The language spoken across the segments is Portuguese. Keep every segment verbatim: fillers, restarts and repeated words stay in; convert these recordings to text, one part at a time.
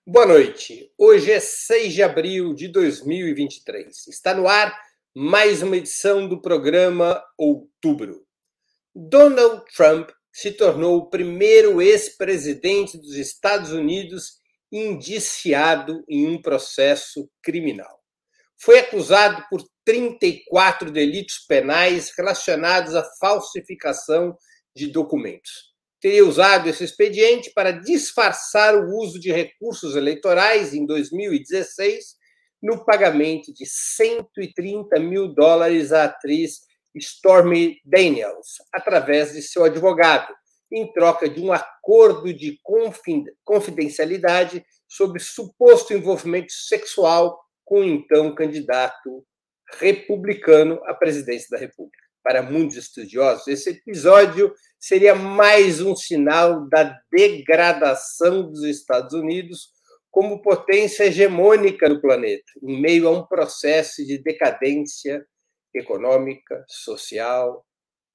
Boa noite. Hoje é seis de abril de dois mil e vinte e três. Está no ar mais uma edição do programa Outubro. Donald Trump se tornou o primeiro ex-presidente dos Estados Unidos indiciado em um processo criminal. Foi acusado por trinta e quatro delitos penais relacionados à falsificação de documentos. Teria usado esse expediente para disfarçar o uso de recursos eleitorais em dois mil e dezesseis no pagamento de cento e trinta mil dólares à atriz Stormy Daniels, através de seu advogado, em troca de um acordo de confidencialidade sobre suposto envolvimento sexual com o então candidato republicano à presidência da República. Para muitos estudiosos, esse episódio seria mais um sinal da degradação dos Estados Unidos como potência hegemônica no planeta, em meio a um processo de decadência econômica, social,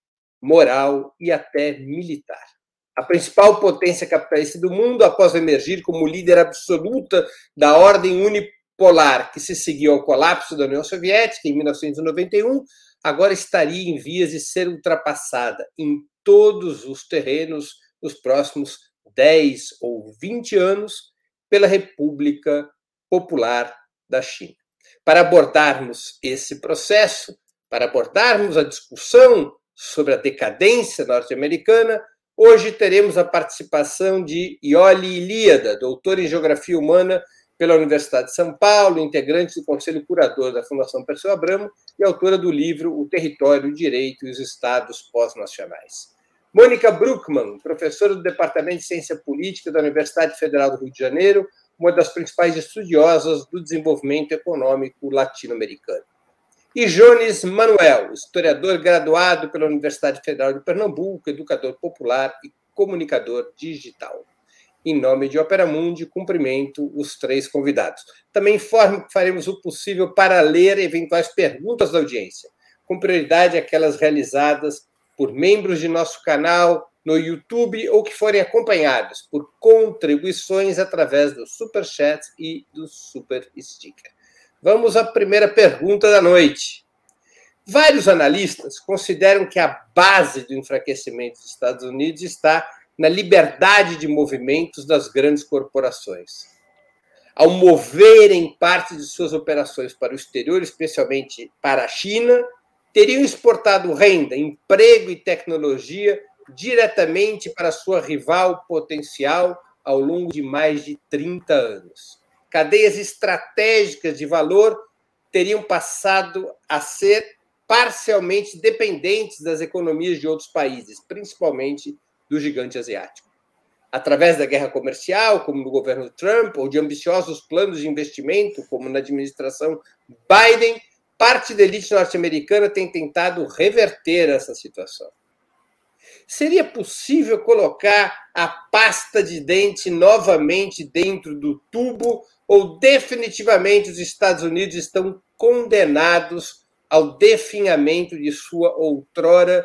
moral e até militar. A principal potência capitalista do mundo, após emergir como líder absoluta da ordem unipolar que se seguiu ao colapso da União Soviética em mil novecentos e noventa e um, agora estaria em vias de ser ultrapassada em todos os terrenos nos próximos dez ou vinte anos pela República Popular da China. Para abordarmos esse processo, para abordarmos a discussão sobre a decadência norte-americana, hoje teremos a participação de Iole Ilíada, doutora em Geografia Humana pela Universidade de São Paulo, integrante do Conselho Curador da Fundação Perseu Abramo e autora do livro O Território, o Direito e os Estados Pós-Nacionais. Mônica Bruckmann, professora do Departamento de Ciência Política da Universidade Federal do Rio de Janeiro, uma das principais estudiosas do desenvolvimento econômico latino-americano. E Jones Manuel, historiador graduado pela Universidade Federal de Pernambuco, educador popular e comunicador digital. Em nome de Opera Mundi, cumprimento os três convidados. Também informo que faremos o possível para ler eventuais perguntas da audiência, com prioridade aquelas realizadas por membros de nosso canal no YouTube ou que forem acompanhados por contribuições através do Super Chat e do Super Sticker. Vamos à primeira pergunta da noite. Vários analistas consideram que a base do enfraquecimento dos Estados Unidos está na liberdade de movimentos das grandes corporações. Ao moverem parte de suas operações para o exterior, especialmente para a China, teriam exportado renda, emprego e tecnologia diretamente para sua rival potencial ao longo de mais de trinta anos. Cadeias estratégicas de valor teriam passado a ser parcialmente dependentes das economias de outros países, principalmente do gigante asiático. Através da guerra comercial, como no governo Trump, ou de ambiciosos planos de investimento, como na administração Biden, parte da elite norte-americana tem tentado reverter essa situação. Seria possível colocar a pasta de dente novamente dentro do tubo ou definitivamente os Estados Unidos estão condenados ao definhamento de sua outrora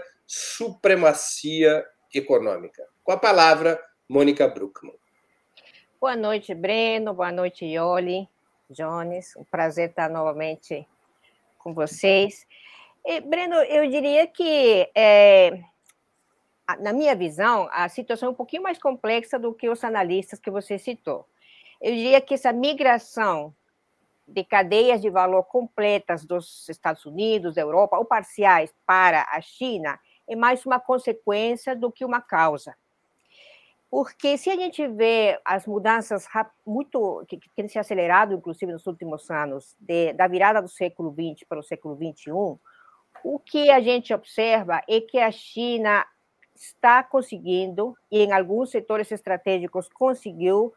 supremacia econômica? Com a palavra, Mônica Bruckmann. Boa noite, Breno. Boa noite, Iole, Jones. Um prazer estar novamente com vocês. E, Breno, eu diria que, é, na minha visão, a situação é um pouquinho mais complexa do que os analistas que você citou. Eu diria que essa migração de cadeias de valor completas dos Estados Unidos, da Europa, ou parciais para a China, é mais uma consequência do que uma causa. Porque se a gente vê as mudanças muito que, que têm se acelerado, inclusive nos últimos anos, de, da virada do século vinte para o século vinte e um, o que a gente observa é que a China está conseguindo, e em alguns setores estratégicos conseguiu,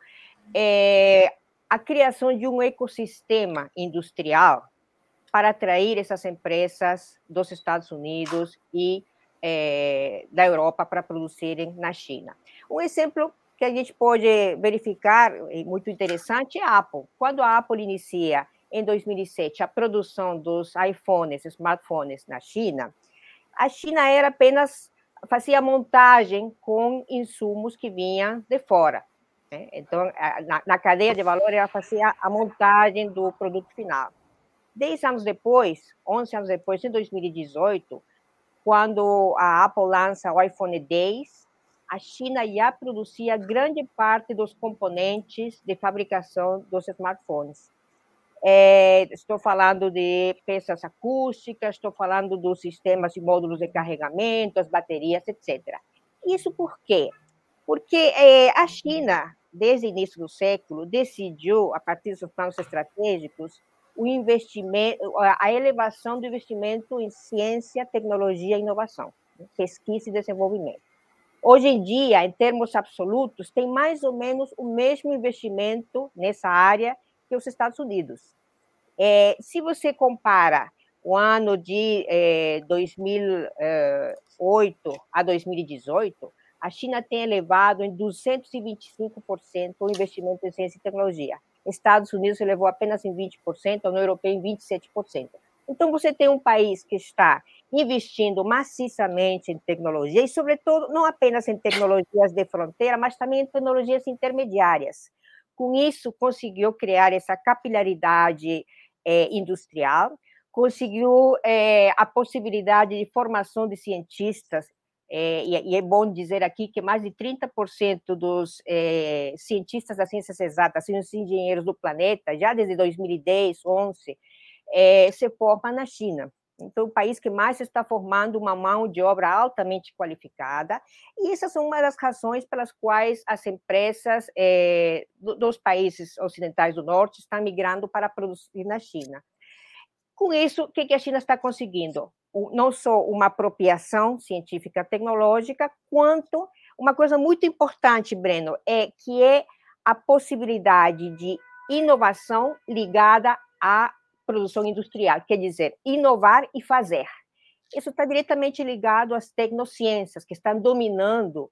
é, a criação de um ecossistema industrial para atrair essas empresas dos Estados Unidos e é, da Europa para produzirem na China. Um exemplo que a gente pode verificar, muito interessante, é a Apple. Quando a Apple inicia, em dois mil e sete, a produção dos iPhones, smartphones na China, a China era apenas, fazia montagem com insumos que vinham de fora. né? Então, na, na cadeia de valor, ela fazia a montagem do produto final. Dez anos depois, onze anos depois, em dois mil e dezoito, quando a Apple lança o iPhone dez, a China já produzia grande parte dos componentes de fabricação dos smartphones. É, estou falando de peças acústicas, estou falando dos sistemas e módulos de carregamento, as baterias, etcétera. Isso por quê? Porque é, a China, desde o início do século, decidiu, a partir dos seus planos estratégicos, o investimento, a elevação do investimento em ciência, tecnologia e inovação, pesquisa e desenvolvimento. Hoje em dia, em termos absolutos, tem mais ou menos o mesmo investimento nessa área que os Estados Unidos. É, se você compara o ano de é, dois mil e oito a dois mil e dezoito, a China tem elevado em duzentos e vinte e cinco por cento o investimento em ciência e tecnologia. Estados Unidos elevou apenas em vinte por cento, a União Europeia em vinte e sete por cento. Então, você tem um país que está investindo maciçamente em tecnologia, e, sobretudo, não apenas em tecnologias de fronteira, mas também em tecnologias intermediárias. Com isso, conseguiu criar essa capilaridade é, industrial, conseguiu é, a possibilidade de formação de cientistas, é, e é bom dizer aqui que mais de trinta por cento dos é, cientistas das ciências exatas, os engenheiros do planeta, já desde dois mil e dez, dois mil e onze, é, se forma na China. Então, o país que mais está formando uma mão de obra altamente qualificada, e essas são uma das razões pelas quais as empresas é, dos países ocidentais do norte estão migrando para produzir na China. Com isso, o que a China está conseguindo? Não só uma apropriação científica tecnológica, quanto uma coisa muito importante, Breno, é que é a possibilidade de inovação ligada à produção industrial, quer dizer, inovar e fazer. Isso está diretamente ligado às tecnociências, que estão dominando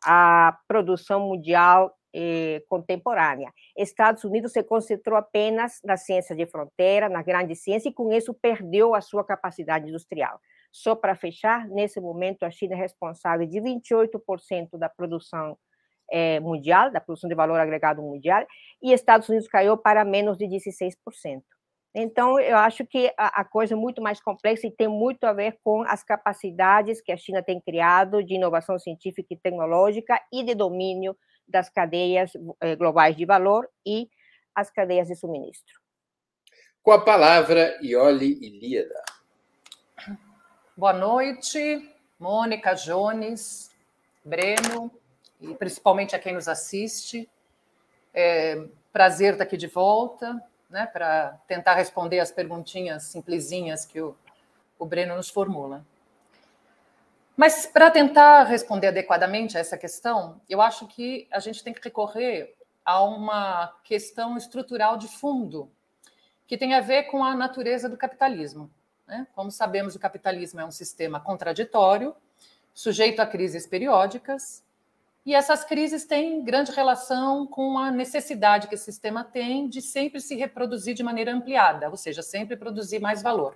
a produção mundial eh, contemporânea. Estados Unidos se concentrou apenas na ciência de fronteira, na grande ciência, e com isso perdeu a sua capacidade industrial. Só para fechar, nesse momento, a China é responsável de vinte e oito por cento da produção eh, mundial, da produção de valor agregado mundial, e Estados Unidos caiu para menos de dezesseis por cento. Então, eu acho que a coisa é muito mais complexa e tem muito a ver com as capacidades que a China tem criado de inovação científica e tecnológica e de domínio das cadeias globais de valor e as cadeias de suministro. Com a palavra, Iole Ilíada. Boa noite, Mônica, Jones, Breno, e principalmente a quem nos assiste. É prazer estar aqui de volta, né, para tentar responder as perguntinhas simplesinhas que o, o Breno nos formula. Mas, para tentar responder adequadamente a essa questão, eu acho que a gente tem que recorrer a uma questão estrutural de fundo, que tem a ver com a natureza do capitalismo, né? Como sabemos, o capitalismo é um sistema contraditório, sujeito a crises periódicas, e essas crises têm grande relação com a necessidade que esse sistema tem de sempre se reproduzir de maneira ampliada, ou seja, sempre produzir mais valor.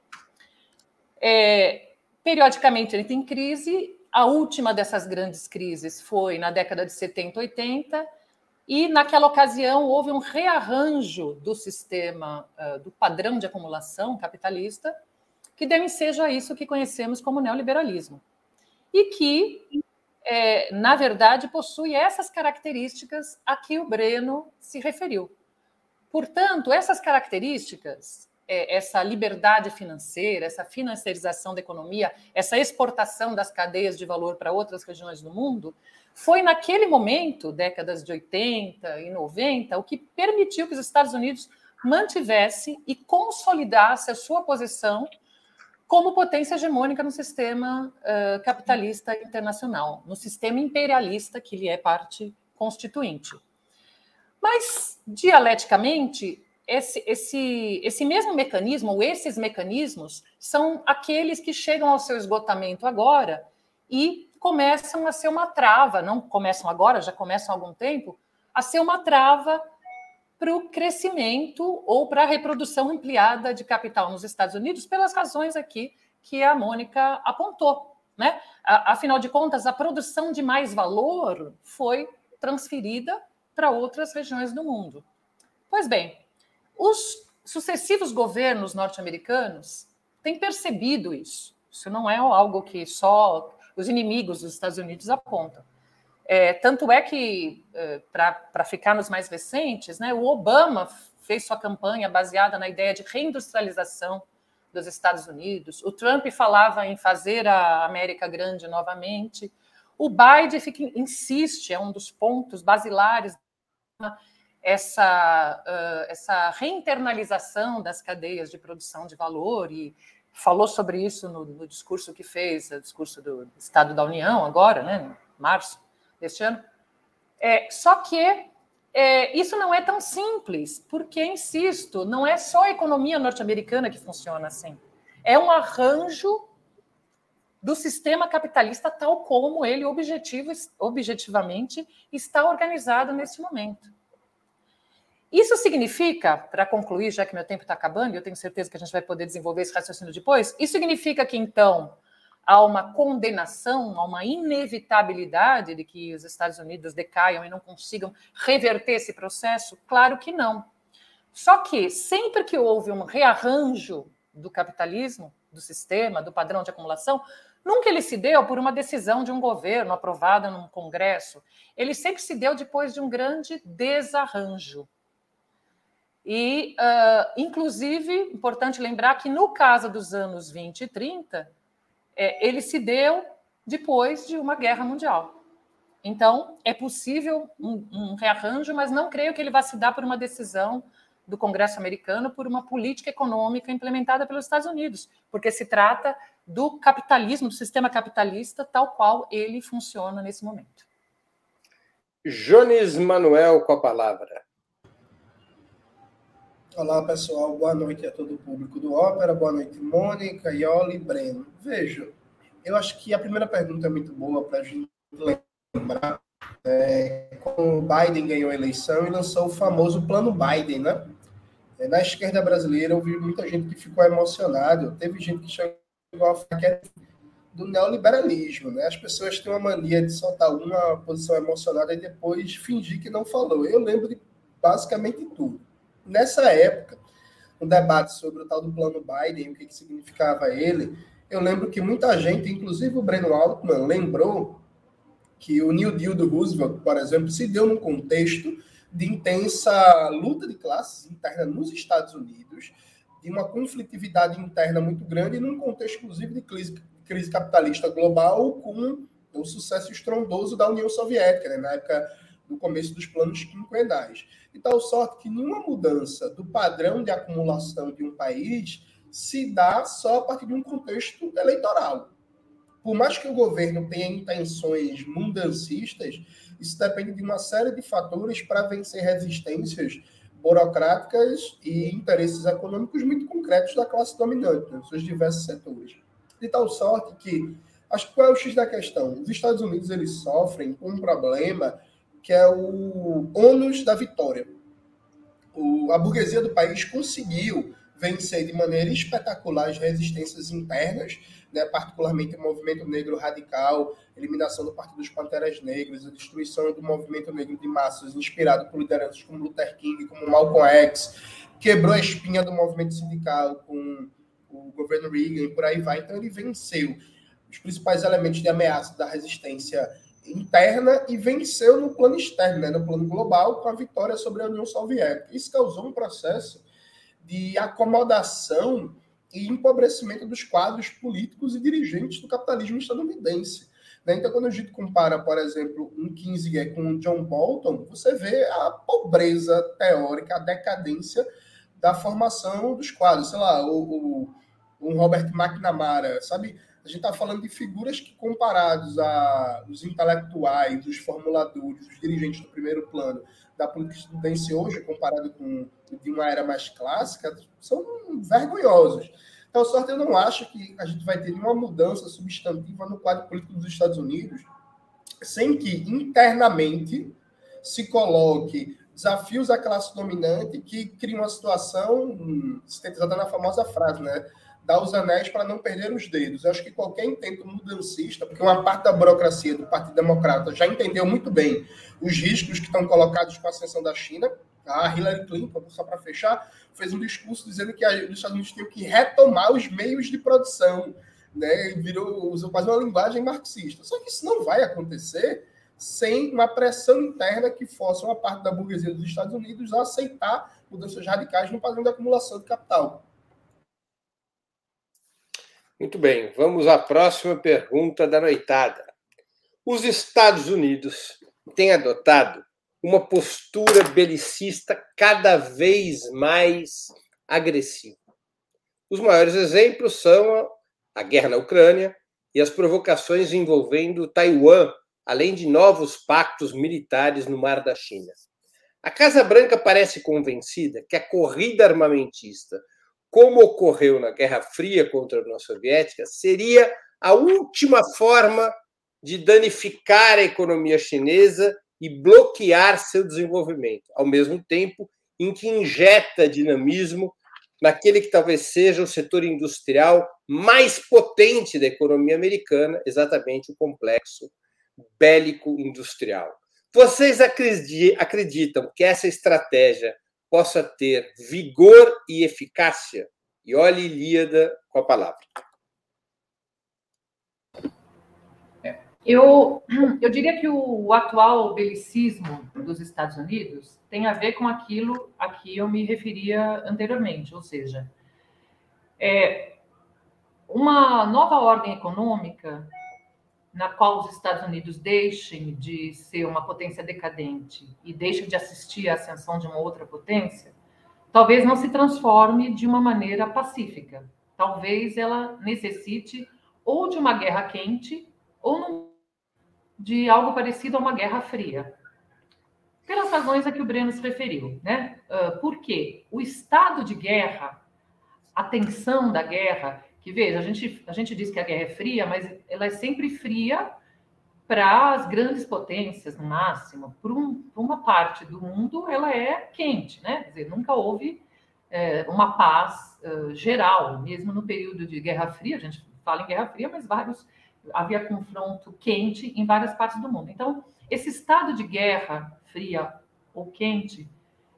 É, periodicamente ele tem crise, a última dessas grandes crises foi na década de setenta, oitenta, e naquela ocasião houve um rearranjo do sistema, do padrão de acumulação capitalista, que deu ensejo a isso que conhecemos como neoliberalismo, e que É, na verdade, possui essas características a que o Breno se referiu. Portanto, essas características, é, essa liberdade financeira, essa financiarização da economia, essa exportação das cadeias de valor para outras regiões do mundo, foi naquele momento, décadas de oitenta e noventa, o que permitiu que os Estados Unidos mantivesse e consolidasse a sua posição como potência hegemônica no sistema uh, capitalista internacional, no sistema imperialista que lhe é parte constituinte. Mas, dialeticamente, esse, esse, esse mesmo mecanismo, ou esses mecanismos, são aqueles que chegam ao seu esgotamento agora e começam a ser uma trava, não começam agora, já começam há algum tempo, a ser uma trava para o crescimento ou para a reprodução ampliada de capital nos Estados Unidos, pelas razões aqui que a Mônica apontou, né? Afinal de contas, a produção de mais valor foi transferida para outras regiões do mundo. Pois bem, os sucessivos governos norte-americanos têm percebido isso. Isso não é algo que só os inimigos dos Estados Unidos apontam. É, tanto é que, é, para ficar nos mais recentes, né, o Obama fez sua campanha baseada na ideia de reindustrialização dos Estados Unidos. O Trump falava em fazer a América grande novamente. O Biden fica, insiste, é um dos pontos basilares, essa, uh, essa reinternalização das cadeias de produção de valor, e falou sobre isso no, no discurso que fez, o discurso do Estado da União, agora, né, em março deste ano. É, só que é, isso não é tão simples, porque, insisto, não é só a economia norte-americana que funciona assim. É um arranjo do sistema capitalista tal como ele objetivo, objetivamente está organizado nesse momento. Isso significa, para concluir, já que meu tempo está acabando, e eu tenho certeza que a gente vai poder desenvolver esse raciocínio depois, isso significa que, então, há uma condenação, há uma inevitabilidade de que os Estados Unidos decaiam e não consigam reverter esse processo? Claro que não. Só que, sempre que houve um rearranjo do capitalismo, do sistema, do padrão de acumulação, nunca ele se deu por uma decisão de um governo aprovada num congresso. Ele sempre se deu depois de um grande desarranjo. E, uh, inclusive, importante lembrar que no caso dos anos vinte e trinta, é, ele se deu depois de uma guerra mundial. Então, é possível um, um rearranjo, mas não creio que ele vá se dar por uma decisão do Congresso americano, por uma política econômica implementada pelos Estados Unidos, porque se trata do capitalismo, do sistema capitalista, tal qual ele funciona nesse momento. Jones Manuel, com a palavra. Olá, pessoal. Boa noite a todo o público do Ópera. Boa noite, Mônica, Ioli e Breno. Veja, eu acho que a primeira pergunta é muito boa para a gente lembrar. É, quando o Biden ganhou a eleição e lançou o famoso Plano Biden, né? Na esquerda brasileira, eu vi muita gente que ficou emocionada. Teve gente que chegou a falar que é do neoliberalismo, né? As pessoas têm uma mania de soltar uma posição emocionada e depois fingir que não falou. Eu lembro de basicamente tudo. Nessa época, o debate sobre o tal do Plano Biden, o que, que significava ele, eu lembro que muita gente, inclusive o Breno Altman, lembrou que o New Deal do Roosevelt, por exemplo, se deu num contexto de intensa luta de classes interna nos Estados Unidos, de uma conflitividade interna muito grande, e num contexto, inclusive, de crise, crise capitalista global, com o sucesso estrondoso da União Soviética, né, na época do começo dos planos quinquenais. De tal sorte que nenhuma mudança do padrão de acumulação de um país se dá só a partir de um contexto eleitoral. Por mais que o governo tenha intenções mudancistas, isso depende de uma série de fatores para vencer resistências burocráticas e interesses econômicos muito concretos da classe dominante, nos seus diversos setores. De tal sorte que, acho que qual é o X da questão? Os Estados Unidos eles sofrem com um problema que é o ônus da vitória. O, a burguesia do país conseguiu vencer de maneira espetacular as resistências internas, né, particularmente o movimento negro radical, eliminação do Partido dos Panteras Negras, a destruição do movimento negro de massas, inspirado por lideranças como Luther King, como Malcolm X, quebrou a espinha do movimento sindical com o governo Reagan e por aí vai. Então ele venceu os principais elementos de ameaça da resistência interna e venceu no plano externo, né, no plano global, com a vitória sobre a União Soviética. Isso causou um processo de acomodação e empobrecimento dos quadros políticos e dirigentes do capitalismo estadunidense. Né? Então, quando a gente compara, por exemplo, um Kissinger com um John Bolton, você vê a pobreza teórica, a decadência da formação dos quadros. Sei lá, o, o, o Robert McNamara, sabe? A gente está falando de figuras que, comparados aos intelectuais, os formuladores, os dirigentes do primeiro plano da política estadunidense hoje, comparado com de uma era mais clássica, são vergonhosos. Então, sorte, eu não acho que a gente vai ter nenhuma mudança substantiva no quadro político dos Estados Unidos sem que, internamente, se coloque desafios à classe dominante que criam uma situação, sintetizada na famosa frase, né? dar os anéis para não perder os dedos. Eu acho que qualquer intento mudancista, porque uma parte da burocracia do Partido Democrata já entendeu muito bem os riscos que estão colocados com a ascensão da China. A Hillary Clinton, só para fechar, fez um discurso dizendo que os Estados Unidos tinham que retomar os meios de produção, né? Virou, usou quase uma linguagem marxista. Só que isso não vai acontecer sem uma pressão interna que force uma parte da burguesia dos Estados Unidos a aceitar mudanças radicais no padrão de acumulação de capital. Muito bem, vamos à próxima pergunta da noitada. Os Estados Unidos têm adotado uma postura belicista cada vez mais agressiva. Os maiores exemplos são a guerra na Ucrânia e as provocações envolvendo Taiwan, além de novos pactos militares no Mar da China. A Casa Branca parece convencida que a corrida armamentista, como ocorreu na Guerra Fria contra a União Soviética, seria a última forma de danificar a economia chinesa e bloquear seu desenvolvimento, ao mesmo tempo em que injeta dinamismo naquele que talvez seja o setor industrial mais potente da economia americana, exatamente o complexo bélico-industrial. Vocês acreditam que essa estratégia possa ter vigor e eficácia? E olhe, Ilíada, com a palavra. Eu, eu diria que o, o atual belicismo dos Estados Unidos tem a ver com aquilo a que eu me referia anteriormente, ou seja, é uma nova ordem econômica na qual os Estados Unidos deixem de ser uma potência decadente e deixem de assistir à ascensão de uma outra potência, talvez não se transforme de uma maneira pacífica. Talvez ela necessite ou de uma guerra quente ou num, de algo parecido a uma guerra fria. Pelas razões a que o Breno se referiu, né? Uh, por quê? O estado de guerra, a tensão da guerra, que veja, a gente, a gente diz que a guerra é fria, mas ela é sempre fria para as grandes potências, no máximo. Por, um, por uma parte do mundo, ela é quente, né? Quer dizer, nunca houve é, uma paz uh, geral, mesmo no período de Guerra Fria, a gente fala em Guerra Fria, mas vários, havia confronto quente em várias partes do mundo. Então, esse estado de guerra fria ou quente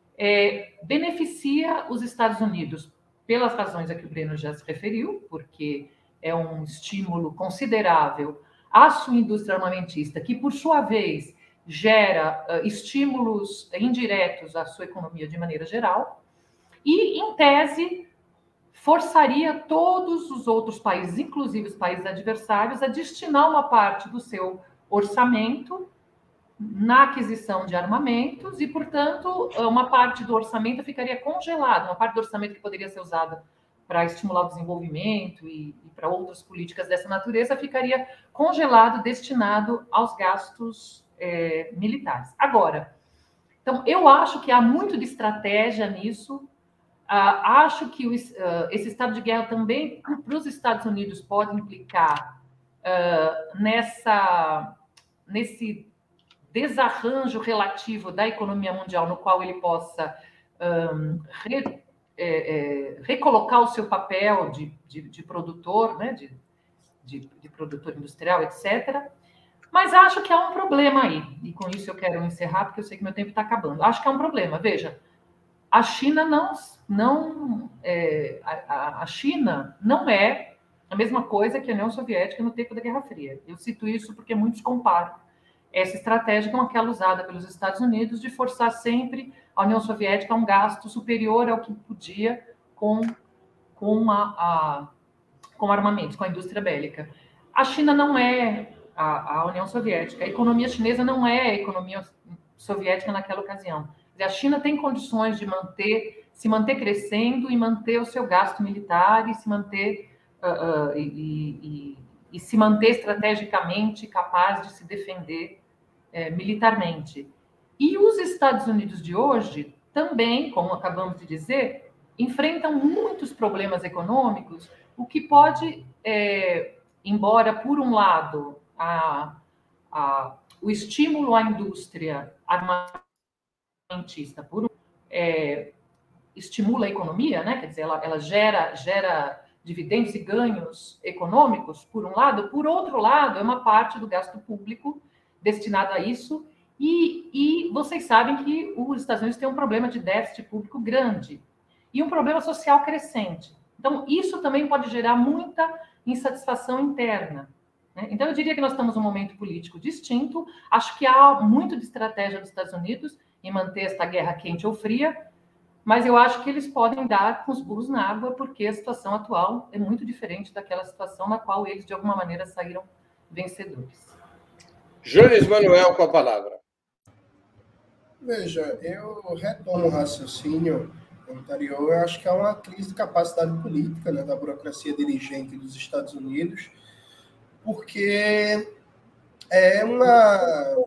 é, beneficia os Estados Unidos pelas razões a que o Breno já se referiu, porque é um estímulo considerável à sua indústria armamentista, que, por sua vez, gera uh, estímulos indiretos à sua economia de maneira geral, e, em tese, forçaria todos os outros países, inclusive os países adversários, a destinar uma parte do seu orçamento na aquisição de armamentos e, portanto, uma parte do orçamento ficaria congelada, uma parte do orçamento que poderia ser usada para estimular o desenvolvimento e, e para outras políticas dessa natureza ficaria congelado, destinado aos gastos é, militares. Agora, então, eu acho que há muito de estratégia nisso, uh, acho que o, uh, esse estado de guerra também, para os Estados Unidos, pode implicar uh, nessa, nesse desarranjo relativo da economia mundial, no qual ele possa um, re, é, é, recolocar o seu papel de, de, de produtor, né, de, de, de produtor industrial, etcétera. Mas acho que há um problema aí, e com isso eu quero encerrar, porque eu sei que meu tempo está acabando. Acho que há um problema. Veja, a China não, não é, a, a China não é a mesma coisa que a União Soviética no tempo da Guerra Fria. Eu cito isso porque muitos comparam essa estratégia com aquela usada pelos Estados Unidos de forçar sempre a União Soviética a um gasto superior ao que podia com, com, a, a, com armamentos, com a indústria bélica. A China não é a, a União Soviética, a economia chinesa não é a economia soviética naquela ocasião. A China tem condições de manter, se manter crescendo e manter o seu gasto militar e se manter uh, uh, e, e, e se manter estrategicamente capaz de se defender é, militarmente. E os Estados Unidos de hoje também, como acabamos de dizer, enfrentam muitos problemas econômicos, o que pode, é, embora, por um lado, a, a, o estímulo à indústria armamentista por, é, estimula a economia, né? Quer dizer, ela, ela gera, gera dividendos e ganhos econômicos, por um lado, por outro lado, é uma parte do gasto público destinada a isso, e, e vocês sabem que os Estados Unidos têm um problema de déficit público grande e um problema social crescente. Então, isso também pode gerar muita insatisfação interna, né? Então, eu diria que nós estamos num momento político distinto. Acho que há muito de estratégia dos Estados Unidos em manter esta guerra quente ou fria, mas eu acho que eles podem dar com os burros na água, porque a situação atual é muito diferente daquela situação na qual eles, de alguma maneira, saíram vencedores. Jones Manuel com a palavra. Veja, eu retomo o raciocínio anterior. Eu acho que há uma crise de capacidade política, né, da burocracia dirigente dos Estados Unidos, porque é uma,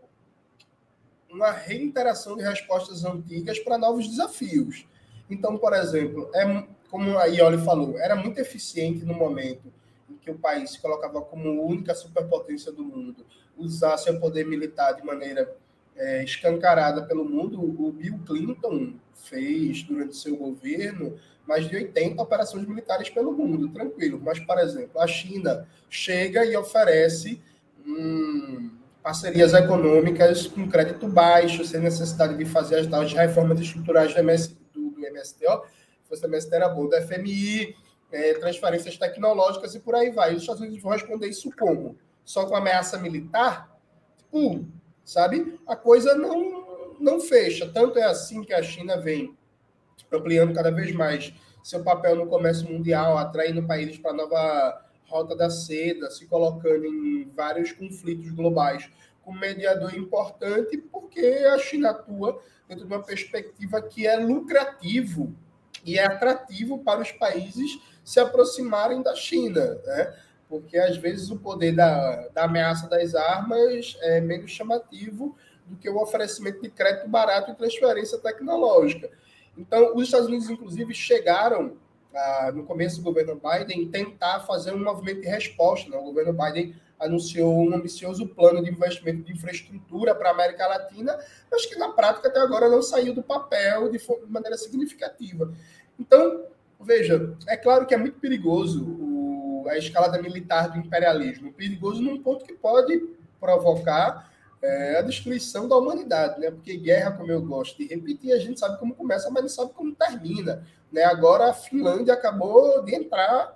uma reiteração de respostas antigas para novos desafios. Então, por exemplo, é, como a Ioli falou, era muito eficiente no momento em que o país se colocava como única superpotência do mundo, usar seu poder militar de maneira é, escancarada pelo mundo. O Bill Clinton fez, durante seu governo, mais de oitenta operações militares pelo mundo, tranquilo. Mas, por exemplo, a China chega e oferece hum, parcerias econômicas com crédito baixo, sem necessidade de fazer as, as reformas estruturais do, M S, do, do M S T O, se fosse o M S T era bom, do F M I, é, transferências tecnológicas e por aí vai. Os Estados Unidos vão responder isso como? Só com ameaça militar? Tipo, sabe? A coisa não, não fecha. Tanto é assim que a China vem ampliando cada vez mais seu papel no comércio mundial, atraindo países para a nova rota da seda, se colocando em vários conflitos globais como mediador importante, porque a China atua dentro de uma perspectiva que é lucrativo e é atrativo para os países se aproximarem da China, né? Porque, às vezes, o poder da, da ameaça das armas é menos chamativo do que o oferecimento de crédito barato e transferência tecnológica. Então, os Estados Unidos, inclusive, chegaram, ah, no começo do governo Biden, tentar fazer um movimento de resposta, né? O governo Biden anunciou um ambicioso plano de investimento de infraestrutura para a América Latina, mas que, na prática, até agora não saiu do papel de, de maneira significativa. Então, veja, é claro que é muito perigoso o, a escalada militar do imperialismo, perigoso num ponto que pode provocar é, a destruição da humanidade, né? Porque guerra, como eu gosto de repetir, a gente sabe como começa, mas não sabe como termina, né? Agora a Finlândia acabou de entrar,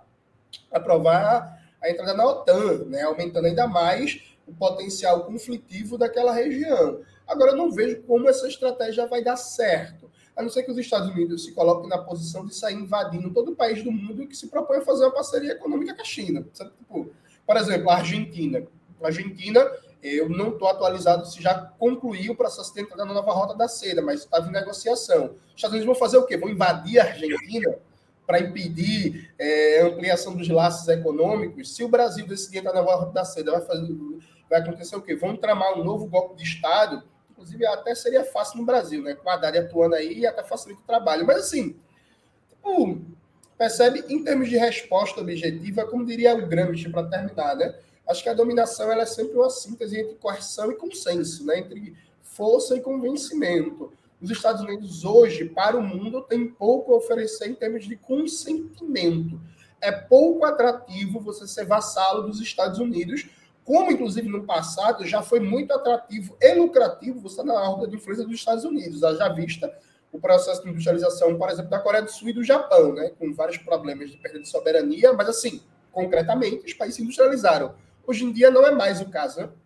aprovar a entrada na OTAN, né? Aumentando ainda mais o potencial conflitivo daquela região. Agora, eu não vejo como essa estratégia vai dar certo, a não ser que os Estados Unidos se coloquem na posição de sair invadindo todo o país do mundo que se propõe a fazer uma parceria econômica com a China. Sabe? Tipo, por exemplo, a Argentina. A Argentina, eu não estou atualizado se já concluiu o processo de entrada na nova rota da seda, mas estava em negociação. Os Estados Unidos vão fazer o quê? Vão invadir a Argentina para impedir é, a ampliação dos laços econômicos? Se o Brasil decidir entrar na nova rota da seda, vai, fazer, vai acontecer o quê? Vão tramar um novo golpe de Estado. Inclusive, até seria fácil no Brasil, né? Com a Haddad atuando aí, até facilita o trabalho. Mas, assim, tipo, percebe, em termos de resposta objetiva, como diria o Gramsci, para terminar, né? Acho que a dominação ela é sempre uma síntese entre coerção e consenso, né? Entre força e convencimento. Os Estados Unidos, hoje, para o mundo, têm pouco a oferecer em termos de consentimento. É pouco atrativo você ser vassalo dos Estados Unidos, como, inclusive, no passado, já foi muito atrativo e lucrativo você na roda de influência dos Estados Unidos. Já vista o processo de industrialização, por exemplo, da Coreia do Sul e do Japão, né? Com vários problemas de perda de soberania, mas, assim, concretamente, os países se industrializaram. Hoje em dia não é mais o caso, né?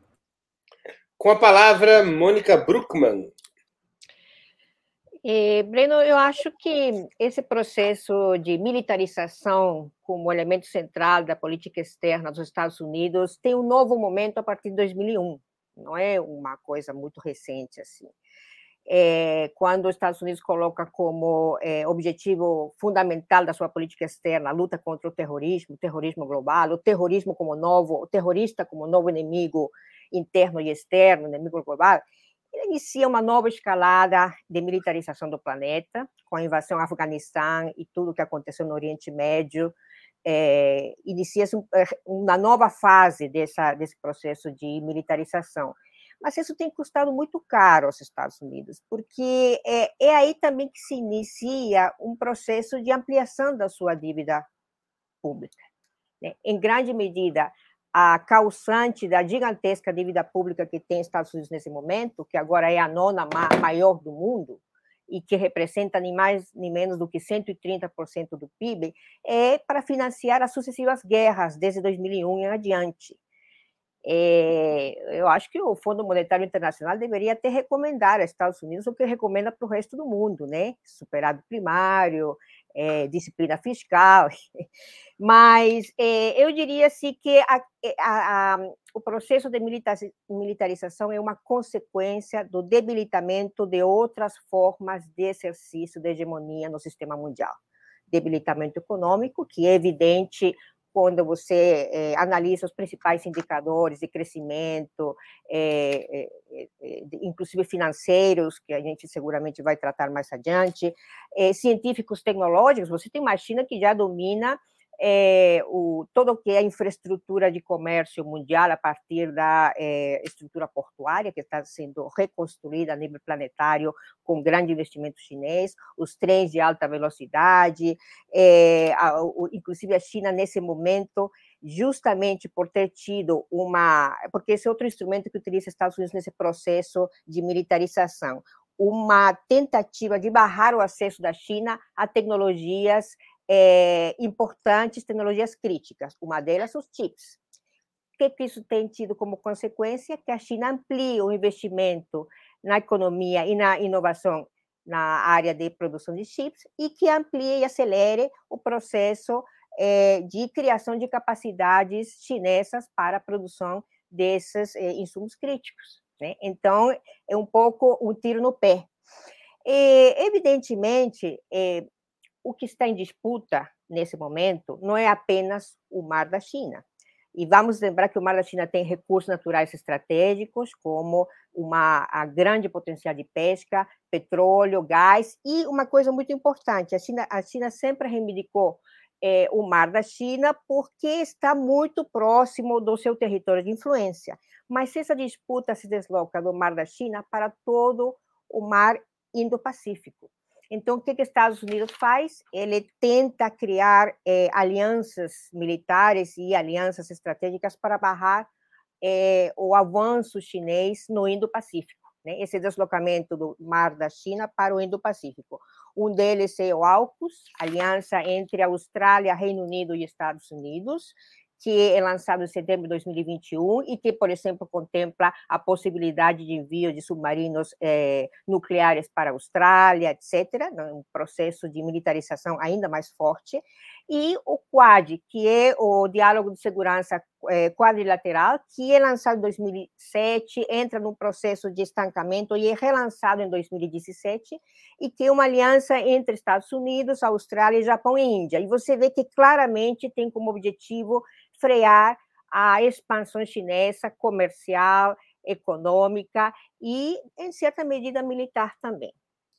Com a palavra, Mônica Bruckmann. E, Breno, eu acho que esse processo de militarização como elemento central da política externa dos Estados Unidos tem um novo momento a partir de dois mil e um, não é uma coisa muito recente assim. É, quando os Estados Unidos coloca como é, objetivo fundamental da sua política externa a luta contra o terrorismo, o terrorismo global, o terrorismo como novo, o terrorista como novo inimigo interno e externo, inimigo global, ele inicia uma nova escalada de militarização do planeta, com a invasão ao Afeganistão e tudo o que aconteceu no Oriente Médio. É, inicia-se uma nova fase dessa, desse processo de militarização. Mas isso tem custado muito caro aos Estados Unidos, porque é, é aí também que se inicia um processo de ampliação da sua dívida pública. Né? Em grande medida, a causante da gigantesca dívida pública que tem os Estados Unidos nesse momento, que agora é a nona maior do mundo, e que representa nem mais nem menos do que cento e trinta por cento do P I B, é para financiar as sucessivas guerras desde dois mil e um em adiante. É, eu acho que o Fundo Monetário Internacional deveria até recomendar aos Estados Unidos o que recomenda para o resto do mundo, né? Superávit primário, é, disciplina fiscal, mas é, eu diria assim que a, a, a, o processo de militarização é uma consequência do debilitamento de outras formas de exercício de hegemonia no sistema mundial. Debilitamento econômico, que é evidente quando você é, analisa os principais indicadores de crescimento, é, é, é, inclusive financeiros, que a gente seguramente vai tratar mais adiante, é, científicos tecnológicos, você tem uma China que já domina é, o, todo o que é a infraestrutura de comércio mundial a partir da é, estrutura portuária, que está sendo reconstruída a nível planetário com grande investimento chinês, os trens de alta velocidade, é, a, o, inclusive a China, nesse momento, justamente por ter tido uma... Porque esse é outro instrumento que utiliza os Estados Unidos nesse processo de militarização, uma tentativa de barrar o acesso da China a tecnologias É, importantes, tecnologias críticas. Uma delas, os chips. O que, que isso tem tido como consequência? Que a China amplie o investimento na economia e na inovação na área de produção de chips e que amplie e acelere o processo é, de criação de capacidades chinesas para a produção desses é, insumos críticos. Né? Então, é um pouco um tiro no pé. E, evidentemente, é, o que está em disputa nesse momento não é apenas o Mar da China. E vamos lembrar que o Mar da China tem recursos naturais estratégicos, como uma, a grande potencial de pesca, petróleo, gás, e uma coisa muito importante, a China, a China sempre reivindicou é, o Mar da China porque está muito próximo do seu território de influência. Mas essa disputa se desloca do Mar da China para todo o Mar Indo-Pacífico. Então, o que, que os Estados Unidos faz? Ele tenta criar eh, alianças militares e alianças estratégicas para barrar eh, o avanço chinês no Indo-Pacífico, né? Esse deslocamento do Mar da China para o Indo-Pacífico. Um deles é o AUKUS, aliança entre a Austrália, Reino Unido e Estados Unidos, que é lançado em setembro de dois mil e vinte e um e que, por exemplo, contempla a possibilidade de envio de submarinos eh, nucleares para a Austrália, etcétera, um processo de militarização ainda mais forte, e o Quad, que é o Diálogo de Segurança eh, Quadrilateral, que é lançado em dois mil e sete, entra num processo de estancamento e é relançado em dois mil e dezessete, e que é uma aliança entre Estados Unidos, Austrália, Japão e Índia. E você vê que claramente tem como objetivo frear a expansão chinesa comercial, econômica e, em certa medida, militar também.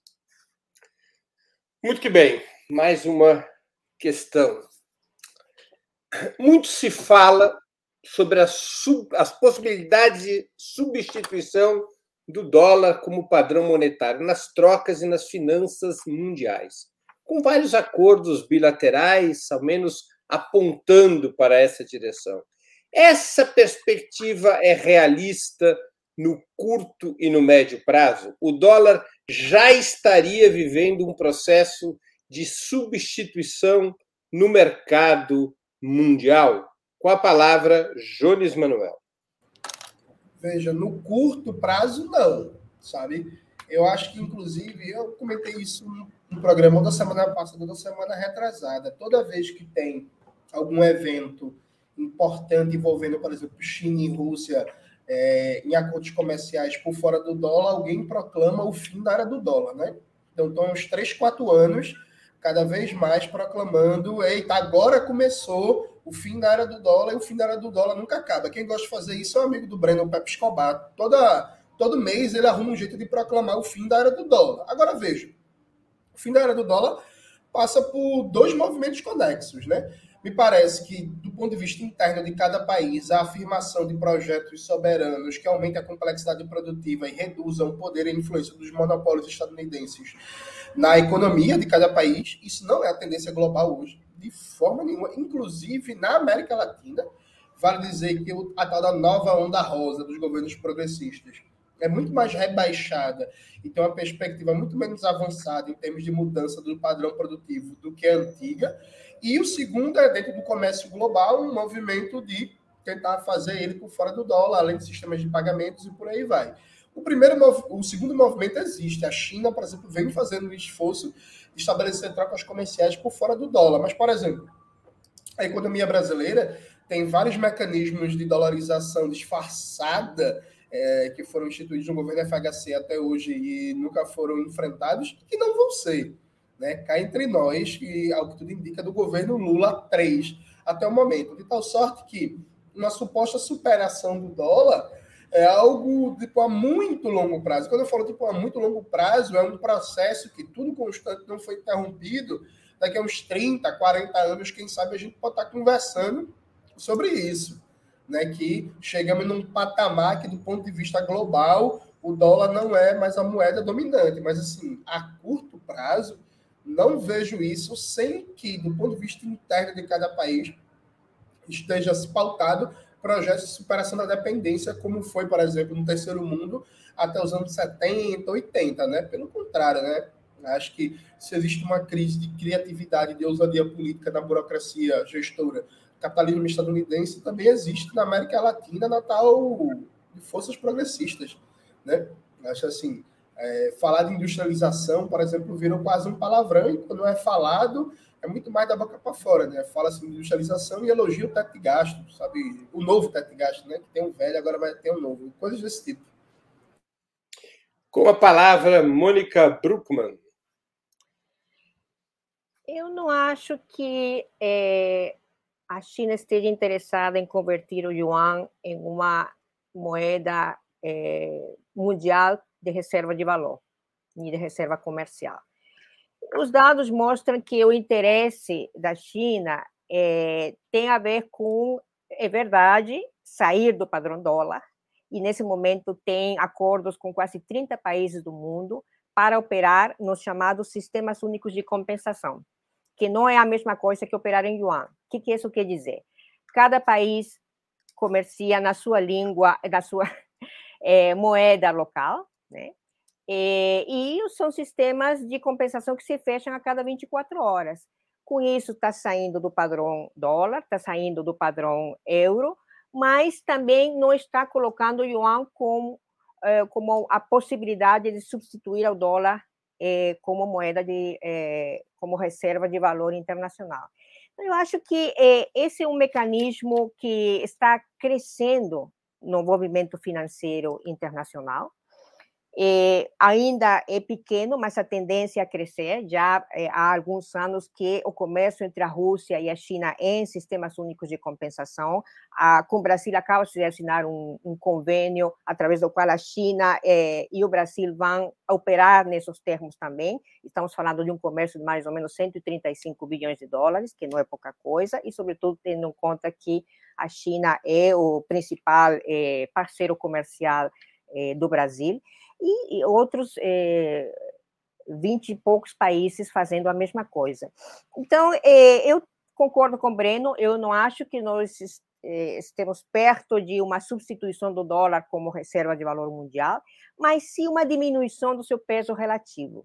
Muito que bem. Mais uma questão. Muito se fala sobre as, sub, as possibilidades de substituição do dólar como padrão monetário nas trocas e nas finanças mundiais, com vários acordos bilaterais, ao menos apontando para essa direção. Essa perspectiva é realista no curto e no médio prazo? O dólar já estaria vivendo um processo de substituição no mercado mundial? Com a palavra, Jones Manuel. Veja, no curto prazo, não, sabe? Eu acho que, inclusive, eu comentei isso no programa da semana passada, da semana retrasada. Toda vez que tem algum evento importante envolvendo, por exemplo, China e Rússia é, em acordos comerciais por fora do dólar, alguém proclama o fim da era do dólar, né? Então, estão uns três, quatro anos, cada vez mais proclamando, eita, agora começou o fim da era do dólar, e o fim da era do dólar nunca acaba. Quem gosta de fazer isso é o amigo do Breno, Pepe Escobar. Toda, todo mês ele arruma um jeito de proclamar o fim da era do dólar. Agora, veja, o fim da era do dólar passa por dois movimentos conexos, né? Me parece que, do ponto de vista interno de cada país, a afirmação de projetos soberanos que aumentem a complexidade produtiva e reduzam o poder e a influência dos monopólios estadunidenses na economia de cada país, isso não é a tendência global hoje, de forma nenhuma, inclusive na América Latina. Vale dizer que a tal da nova onda rosa dos governos progressistas é muito mais rebaixada e tem uma perspectiva muito menos avançada em termos de mudança do padrão produtivo do que a antiga. E o segundo é, dentro do comércio global, um movimento de tentar fazer ele por fora do dólar, além de sistemas de pagamentos e por aí vai. O primeiro, o segundo movimento existe. A China, por exemplo, vem fazendo um esforço de estabelecer trocas comerciais por fora do dólar. Mas, por exemplo, a economia brasileira tem vários mecanismos de dolarização disfarçada é, que foram instituídos no governo F H C até hoje e nunca foram enfrentados, que não vão ser. Né? Cá entre nós, e ao que tudo indica, do governo Lula três até o momento. De tal sorte que uma suposta superação do dólar é algo tipo, a muito longo prazo. Quando eu falo tipo, a muito longo prazo, é um processo que tudo constante não foi interrompido. Daqui a uns trinta, quarenta anos, quem sabe a gente pode estar conversando sobre isso. Né? Que chegamos num patamar que, do ponto de vista global, o dólar não é mais a moeda dominante. Mas, assim, a curto prazo, não vejo isso sem que, do ponto de vista interno de cada país, esteja se pautado projetos de superação da dependência, como foi, por exemplo, no terceiro mundo, até os anos setenta, oitenta, né? Pelo contrário, né? Acho que se existe uma crise de criatividade, de ousadia política na burocracia gestora do capitalismo estadunidense, também existe na América Latina, na tal de forças progressistas, né? Acho assim, é, falar de industrialização, por exemplo, virou quase um palavrão, e quando é falado, é muito mais da boca para fora, né? Fala-se de industrialização e elogia o teto de gasto, sabe? O novo teto de gasto, né? Que tem um velho, agora vai ter um novo. Coisas desse tipo. Com a palavra, Mônica Bruckmann. Eu não acho que é, a China esteja interessada em converter o yuan em uma moeda é, mundial de reserva de valor e de reserva comercial. Os dados mostram que o interesse da China é, tem a ver com, é verdade, sair do padrão dólar, e nesse momento tem acordos com quase trinta países do mundo para operar nos chamados sistemas únicos de compensação, que não é a mesma coisa que operar em yuan. O que, que isso quer dizer? Cada país comercia na sua língua, na sua é, moeda local, né? E, e são sistemas de compensação que se fecham a cada vinte e quatro horas. Com isso, está saindo do padrão dólar, está saindo do padrão euro, mas também não está colocando o yuan como, eh, como a possibilidade de substituir ao dólar eh, como moeda de, eh, como reserva de valor internacional. Então, eu acho que eh, esse é um mecanismo que está crescendo no movimento financeiro internacional. É, ainda é pequeno, mas a tendência é a crescer. Já é, há alguns anos que o comércio entre a Rússia e a China em sistemas únicos de compensação. A, com o Brasil acaba de assinar um, um convênio através do qual a China é, e o Brasil vão operar nesses termos também. Estamos falando de um comércio de mais ou menos cento e trinta e cinco bilhões de dólares, que não é pouca coisa, e sobretudo tendo em conta que a China é o principal é, parceiro comercial é, do Brasil. E outros é, vinte e poucos países fazendo a mesma coisa. Então, é, eu concordo com o Breno, eu não acho que nós é, estemos perto de uma substituição do dólar como reserva de valor mundial, mas sim uma diminuição do seu peso relativo,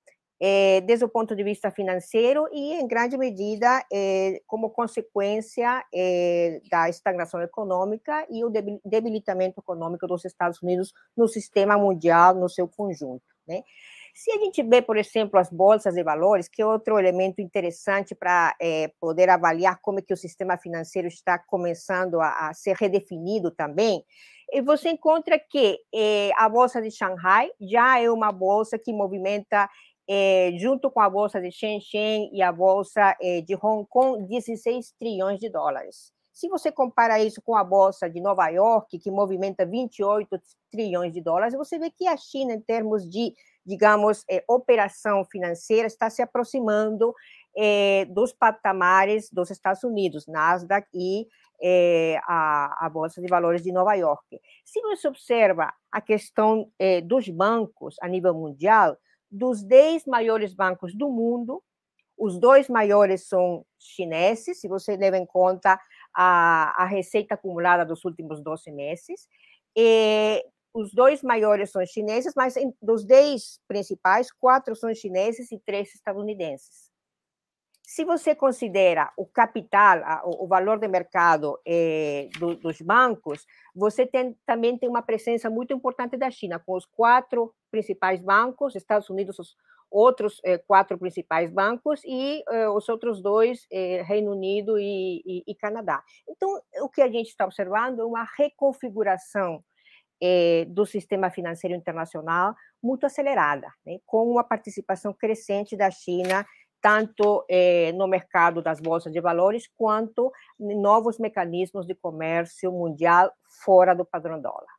é, desde o ponto de vista financeiro e, em grande medida, é, como consequência é, da estagnação econômica e o debilitamento econômico dos Estados Unidos no sistema mundial, no seu conjunto, né? Se a gente vê, por exemplo, as bolsas de valores, que é outro elemento interessante para é, poder avaliar como é que o sistema financeiro está começando a, a ser redefinido também, e você encontra que é, a Bolsa de Xangai já é uma bolsa que movimenta É, junto com a bolsa de Shenzhen e a bolsa é, de Hong Kong, dezesseis trilhões de dólares. Se você compara isso com a bolsa de Nova York, que movimenta vinte e oito trilhões de dólares, você vê que a China, em termos de, digamos, é, operação financeira, está se aproximando eh, dos patamares dos Estados Unidos, Nasdaq e eh, a, a Bolsa de Valores de Nova York. Se você observa a questão eh, dos bancos a nível mundial, dos dez maiores bancos do mundo, os dois maiores são chineses, se você leva em conta a, a receita acumulada dos últimos doze meses. E os dois maiores são chineses, mas dos dez principais, quatro são chineses e três estadunidenses. Se você considera o capital, o valor de mercado eh, do, dos bancos, você tem, também tem uma presença muito importante da China, com os quatro principais bancos, Estados Unidos, os outros eh, quatro principais bancos, e eh, os outros dois, eh, Reino Unido e, e, e Canadá. Então, o que a gente está observando é uma reconfiguração eh, do sistema financeiro internacional muito acelerada, né, com uma participação crescente da China, tanto eh, no mercado das bolsas de valores, quanto em novos mecanismos de comércio mundial fora do padrão dólar.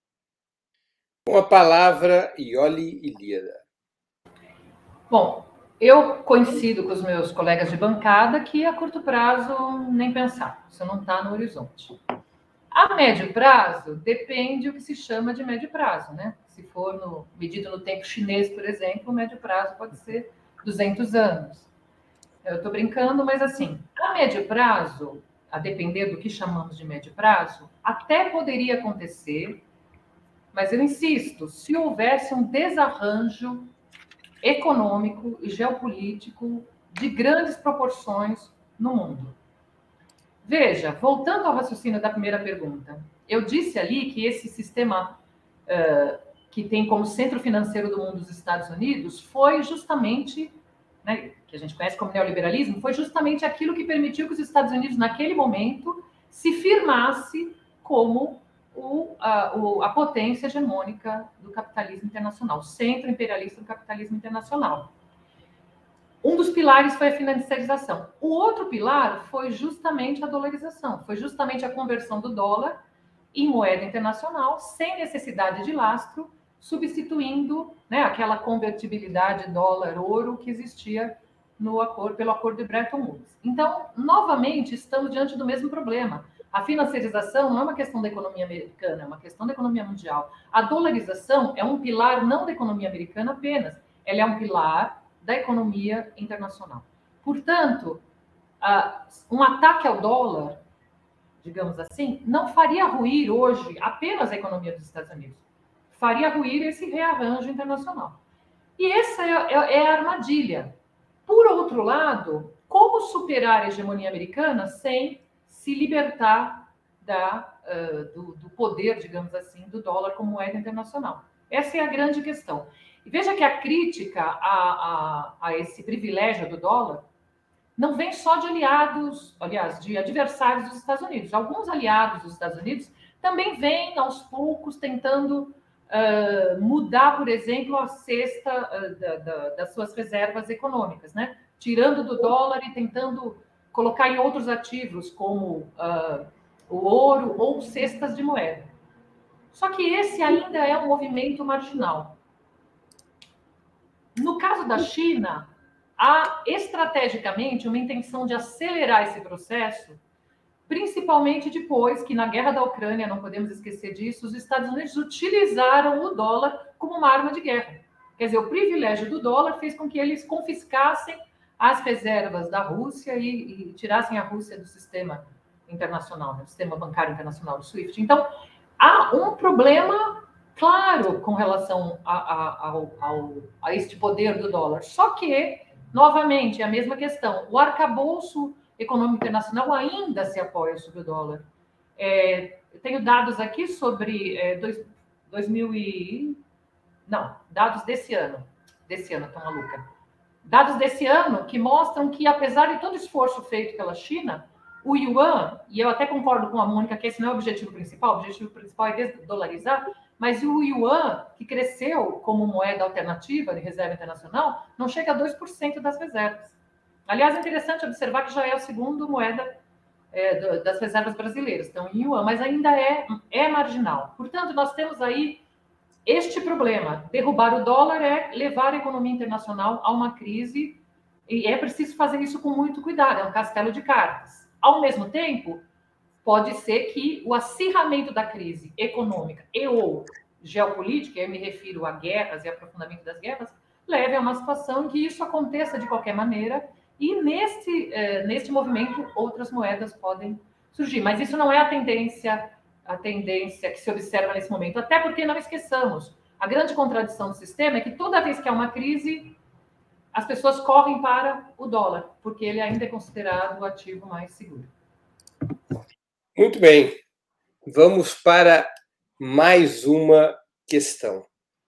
Com a palavra, Iole Ilíada. Bom, eu coincido com os meus colegas de bancada que a curto prazo nem pensar, isso não está no horizonte. A médio prazo, depende o que se chama de médio prazo, né? Se for no, medido no tempo chinês, por exemplo, o médio prazo pode ser duzentos anos. Eu estou brincando, mas assim, a médio prazo, a depender do que chamamos de médio prazo, até poderia acontecer, mas eu insisto, se houvesse um desarranjo econômico e geopolítico de grandes proporções no mundo. Veja, voltando ao raciocínio da primeira pergunta, eu disse ali que esse sistema uh, que tem como centro financeiro do mundo os Estados Unidos foi justamente, né, que a gente conhece como neoliberalismo, foi justamente aquilo que permitiu que os Estados Unidos, naquele momento, se firmasse como o, a, o, a potência hegemônica do capitalismo internacional, o centro imperialista do capitalismo internacional. Um dos pilares foi a financiarização. O outro pilar foi justamente a dolarização, foi justamente a conversão do dólar em moeda internacional, sem necessidade de lastro, substituindo, né, aquela convertibilidade dólar-ouro que existia no acordo, pelo acordo de Bretton Woods. Então, novamente, estamos diante do mesmo problema. A financiarização não é uma questão da economia americana, é uma questão da economia mundial. A dolarização é um pilar não da economia americana apenas, ela é um pilar da economia internacional. Portanto, um ataque ao dólar, digamos assim, não faria ruir hoje apenas a economia dos Estados Unidos, faria ruir esse rearranjo internacional. E essa é, é, é a armadilha. Por outro lado, como superar a hegemonia americana sem se libertar da, uh, do, do poder, digamos assim, do dólar como moeda internacional? Essa é a grande questão. E veja que a crítica a, a, a esse privilégio do dólar não vem só de aliados, aliás, de adversários dos Estados Unidos. Alguns aliados dos Estados Unidos também vêm, aos poucos, tentando uh, mudar, por exemplo, a cesta uh, da, da, das suas reservas econômicas, né? Tirando do dólar e tentando colocar em outros ativos, como uh, o ouro ou cestas de moeda. Só que esse ainda é um movimento marginal. No caso da China, há estrategicamente uma intenção de acelerar esse processo, principalmente depois que, na guerra da Ucrânia, não podemos esquecer disso, os Estados Unidos utilizaram o dólar como uma arma de guerra. Quer dizer, o privilégio do dólar fez com que eles confiscassem as reservas da Rússia e, e tirassem a Rússia do sistema internacional, do sistema bancário internacional, do SWIFT. Então, há um problema claro com relação a, a, ao, ao, a este poder do dólar. Só que, novamente, é a mesma questão. O arcabouço econômico internacional ainda se apoia sobre o dólar. É, eu tenho dados aqui sobre é, dois, dois mil e... Não, dados desse ano. Desse ano, tô maluca. Dados desse ano que mostram que, apesar de todo o esforço feito pela China, o yuan, e eu até concordo com a Mônica que esse não é o objetivo principal, o objetivo principal é desdolarizar, mas o yuan, que cresceu como moeda alternativa de reserva internacional, não chega a dois por cento das reservas. Aliás, é interessante observar que já é a segunda moeda é, das reservas brasileiras, então em yuan, mas ainda é, é marginal. Portanto, nós temos aí este problema. Derrubar o dólar é levar a economia internacional a uma crise E é preciso fazer isso com muito cuidado, é um castelo de cartas. Ao mesmo tempo, pode ser que o acirramento da crise econômica e ou geopolítica, eu me refiro a guerras e aprofundamento das guerras, leve a uma situação em que isso aconteça de qualquer maneira, e neste, eh, neste movimento outras moedas podem surgir. Mas isso não é a tendência, a tendência que se observa nesse momento, até porque não esqueçamos, a grande contradição do sistema é que toda vez que há uma crise, as pessoas correm para o dólar, porque ele ainda é considerado o ativo mais seguro. Muito bem. Vamos para mais uma questão.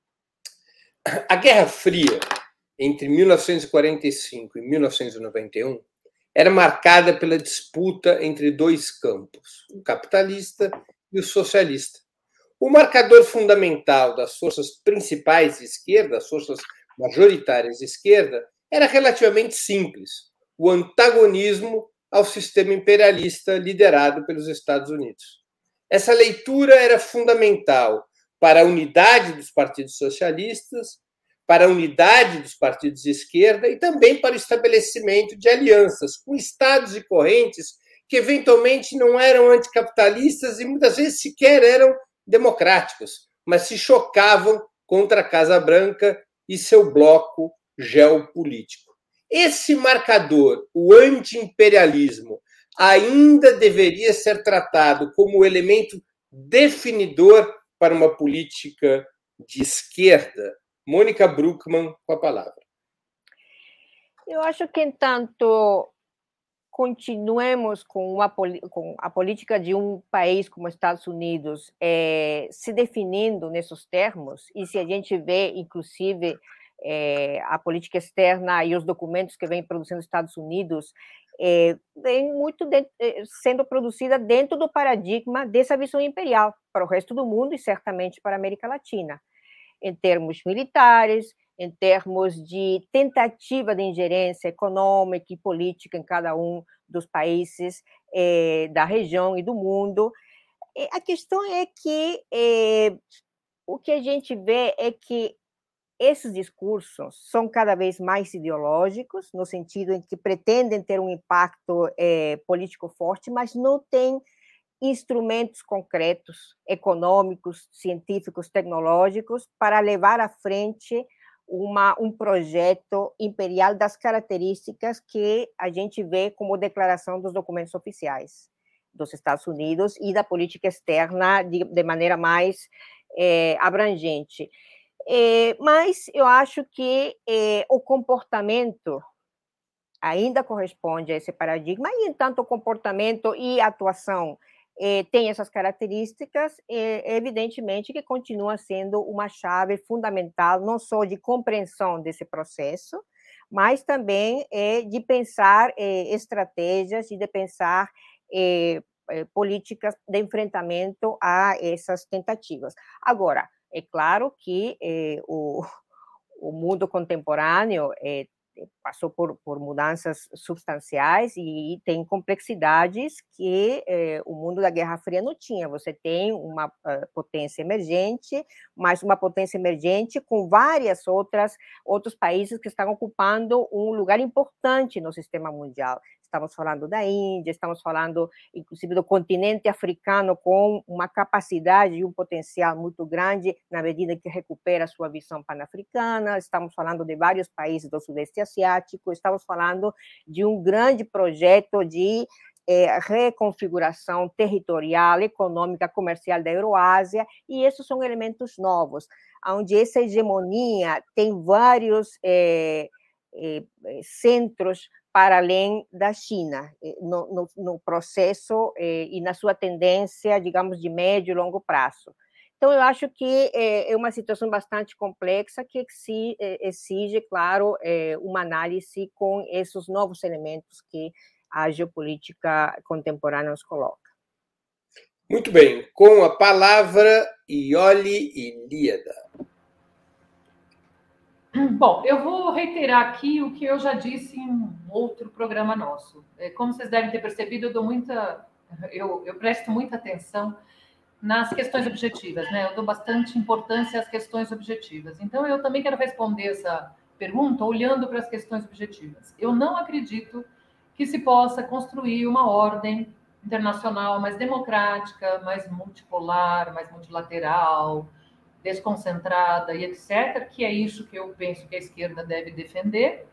A Guerra Fria, entre mil novecentos e quarenta e cinco e mil novecentos e noventa e um, era marcada pela disputa entre dois campos, o capitalista e o socialista. O marcador fundamental das forças principais de esquerda, as forças majoritárias de esquerda, era relativamente simples: o antagonismo ao sistema imperialista liderado pelos Estados Unidos. Essa leitura era fundamental para a unidade dos partidos socialistas, para a unidade dos partidos de esquerda e também para o estabelecimento de alianças com estados e correntes que eventualmente não eram anticapitalistas e muitas vezes sequer eram democráticos, mas se chocavam contra a Casa Branca e seu bloco geopolítico. Esse marcador, o anti-imperialismo, ainda deveria ser tratado como elemento definidor para uma política de esquerda. Mônica Bruckmann, com a palavra. Eu acho que, entanto, continuemos com, uma, com a política de um país como os Estados Unidos é, se definindo nesses termos, e se a gente vê, inclusive, é, a política externa e os documentos que vem produzindo os Estados Unidos, é, vem muito de, sendo produzida dentro do paradigma dessa visão imperial para o resto do mundo e certamente para a América Latina, em termos militares, em termos de tentativa de ingerência econômica e política em cada um dos países eh, da região e do mundo. E a questão é que eh, o que a gente vê é que esses discursos são cada vez mais ideológicos, no sentido em que pretendem ter um impacto eh, político forte, mas não têm instrumentos concretos, econômicos, científicos, tecnológicos, para levar à frente uma, um projeto imperial das características que a gente vê como declaração dos documentos oficiais dos Estados Unidos e da política externa de, de maneira mais é, abrangente. É, mas eu acho que é, o comportamento ainda corresponde a esse paradigma, e, entanto, o comportamento e a atuação eh, tem essas características, eh, evidentemente que continua sendo uma chave fundamental, não só de compreensão desse processo, mas também eh, de pensar eh, estratégias e de pensar eh, políticas de enfrentamento a essas tentativas. Agora, é claro que eh, o, o mundo contemporâneo eh, passou por, por mudanças substanciais e, e tem complexidades que eh, o mundo da Guerra Fria não tinha. Você tem uma uh, potência emergente, mas uma potência emergente com várias outras outros países que estão ocupando um lugar importante no sistema mundial. Estamos falando da Índia, estamos falando, inclusive, do continente africano com uma capacidade e um potencial muito grande na medida que recupera sua visão panafricana. Estamos falando de vários países do Sudeste Asiático, estamos falando de um grande projeto de eh, reconfiguração territorial, econômica, comercial da Euroásia, e esses são elementos novos, onde essa hegemonia tem vários eh, eh, centros para além da China, no, no, no processo eh, e na sua tendência, digamos, de médio e longo prazo. Então, eu acho que é uma situação bastante complexa que exige, exige claro, uma análise com esses novos elementos que a geopolítica contemporânea nos coloca. Muito bem. Com a palavra, Iole Ilíada. Bom, eu vou reiterar aqui o que eu já disse em um outro programa nosso. Como vocês devem ter percebido, eu dou muita, eu, eu presto muita atenção nas questões objetivas, né? Eu dou bastante importância às questões objetivas. Então, eu também quero responder essa pergunta olhando para as questões objetivas. Eu não acredito que se possa construir uma ordem internacional mais democrática, mais multipolar, mais multilateral, desconcentrada e etcétera, que é isso que eu penso que a esquerda deve defender,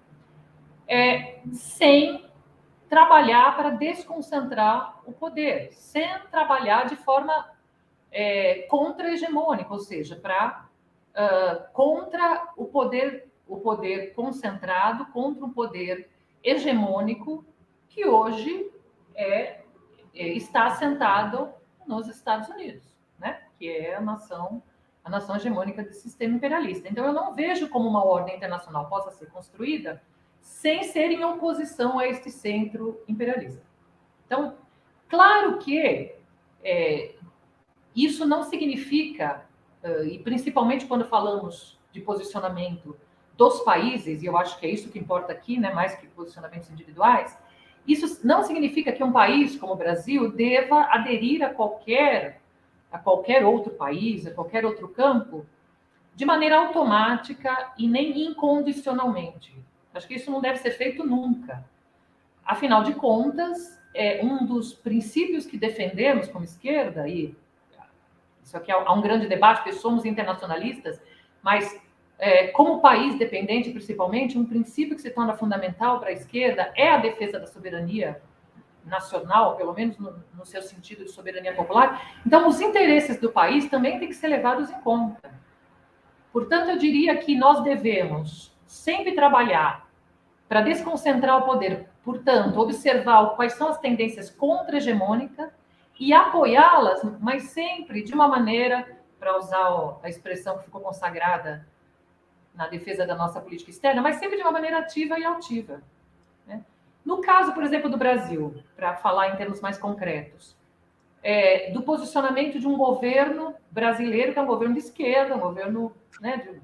é, sem trabalhar para desconcentrar o poder, sem trabalhar de forma é, contra-hegemônica, ou seja, para uh, contra o poder, o poder concentrado, contra um poder hegemônico que hoje é, é, está assentado nos Estados Unidos, né? Que é a nação, a nação hegemônica desse sistema imperialista. Então, eu não vejo como uma ordem internacional possa ser construída sem ser em oposição a este centro imperialista. Então, claro que é, isso não significa, e principalmente quando falamos de posicionamento dos países, e eu acho que é isso que importa aqui, né, mais que posicionamentos individuais, isso não significa que um país como o Brasil deva aderir a qualquer, a qualquer outro país, a qualquer outro campo, de maneira automática e nem incondicionalmente. Acho que isso não deve ser feito nunca. Afinal de contas, é um dos princípios que defendemos como esquerda, e isso aqui há um grande debate, porque somos internacionalistas, mas é, como país dependente, principalmente, um princípio que se torna fundamental para a esquerda é a defesa da soberania nacional, pelo menos no, no seu sentido de soberania popular. Então, os interesses do país também têm que ser levados em conta. Portanto, eu diria que nós devemos sempre trabalhar para desconcentrar o poder, portanto, observar quais são as tendências contra-hegemônicas e apoiá-las, mas sempre de uma maneira, para usar a expressão que ficou consagrada na defesa da nossa política externa, mas sempre de uma maneira ativa e altiva. Né? No caso, por exemplo, do Brasil, para falar em termos mais concretos, é, do posicionamento de um governo brasileiro, que é um governo de esquerda, um governo, né, de,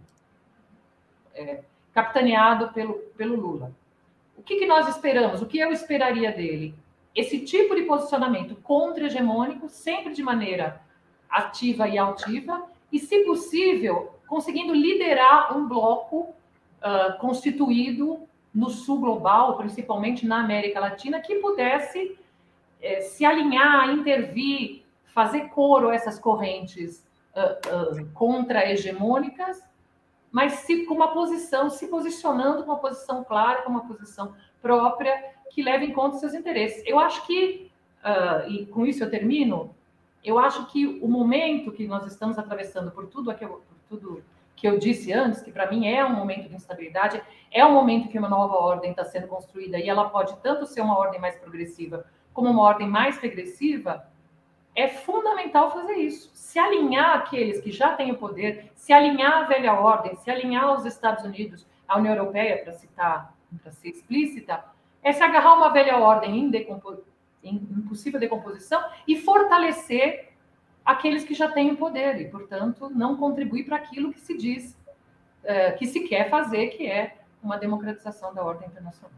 é, capitaneado pelo, pelo Lula. O que, que nós esperamos? O que eu esperaria dele? Esse tipo de posicionamento contra-hegemônico, sempre de maneira ativa e altiva, e, se possível, conseguindo liderar um bloco uh, constituído no sul global, principalmente na América Latina, que pudesse eh, se alinhar, intervir, fazer coro a essas correntes uh, uh, contra-hegemônicas, mas se, com uma posição, se posicionando com uma posição clara, com uma posição própria, que leve em conta os seus interesses. Eu acho que, uh, e com isso eu termino, eu acho que o momento que nós estamos atravessando por tudo aquilo, por tudo que eu disse antes, que para mim é um momento de instabilidade, é um momento que uma nova ordem está sendo construída e ela pode tanto ser uma ordem mais progressiva como uma ordem mais regressiva, é fundamental fazer isso. Se alinhar aqueles que já têm o poder, se alinhar à velha ordem, se alinhar aos Estados Unidos, à União Europeia, para citar, para ser explícita, é se agarrar a uma velha ordem em, decompo... em impossível decomposição e fortalecer aqueles que já têm o poder e, portanto, não contribuir para aquilo que se diz, uh, que se quer fazer, que é uma democratização da ordem internacional.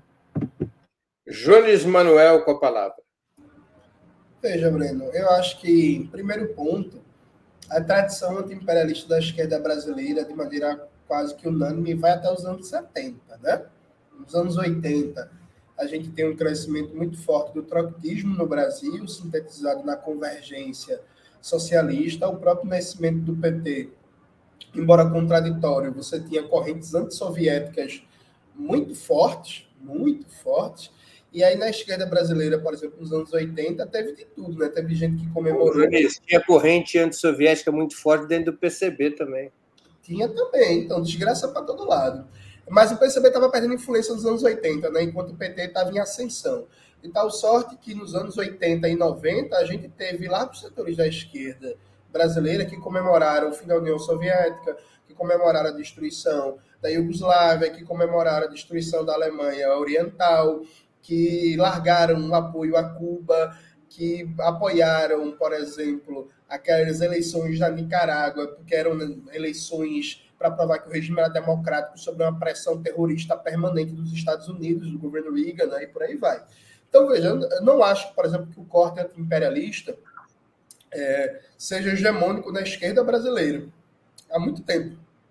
Jones Manuel com a palavra. Veja, Breno, eu acho que, primeiro ponto, a tradição anti-imperialista da esquerda brasileira, de maneira quase que unânime, vai até os anos setenta, né? Nos anos oitenta, a gente tem um crescimento muito forte do trotskismo no Brasil, sintetizado na convergência socialista, o próprio nascimento do P T, embora contraditório, você tinha correntes antissoviéticas muito fortes, muito fortes, e aí na esquerda brasileira, por exemplo, nos anos oitenta, teve de tudo, né? Teve gente que comemorou... Junis, tinha corrente antissoviética muito forte dentro do P C B também. Tinha também, então desgraça para todo lado. Mas o P C B estava perdendo influência nos anos oitenta, né? Enquanto o P T estava em ascensão. De tal sorte que nos anos oitenta e noventa, a gente teve largos setores da esquerda brasileira que comemoraram o fim da União Soviética, que comemoraram a destruição da Iugoslávia, que comemoraram a destruição da Alemanha Oriental, que largaram um apoio a Cuba, que apoiaram, por exemplo, aquelas eleições da Nicarágua, que eram eleições para provar que o regime era democrático sob uma pressão terrorista permanente dos Estados Unidos, do governo Reagan, né, e por aí vai. Então, veja, eu não acho, por exemplo, que o corte anti-imperialista é, seja hegemônico na esquerda brasileira. Há muito tempo.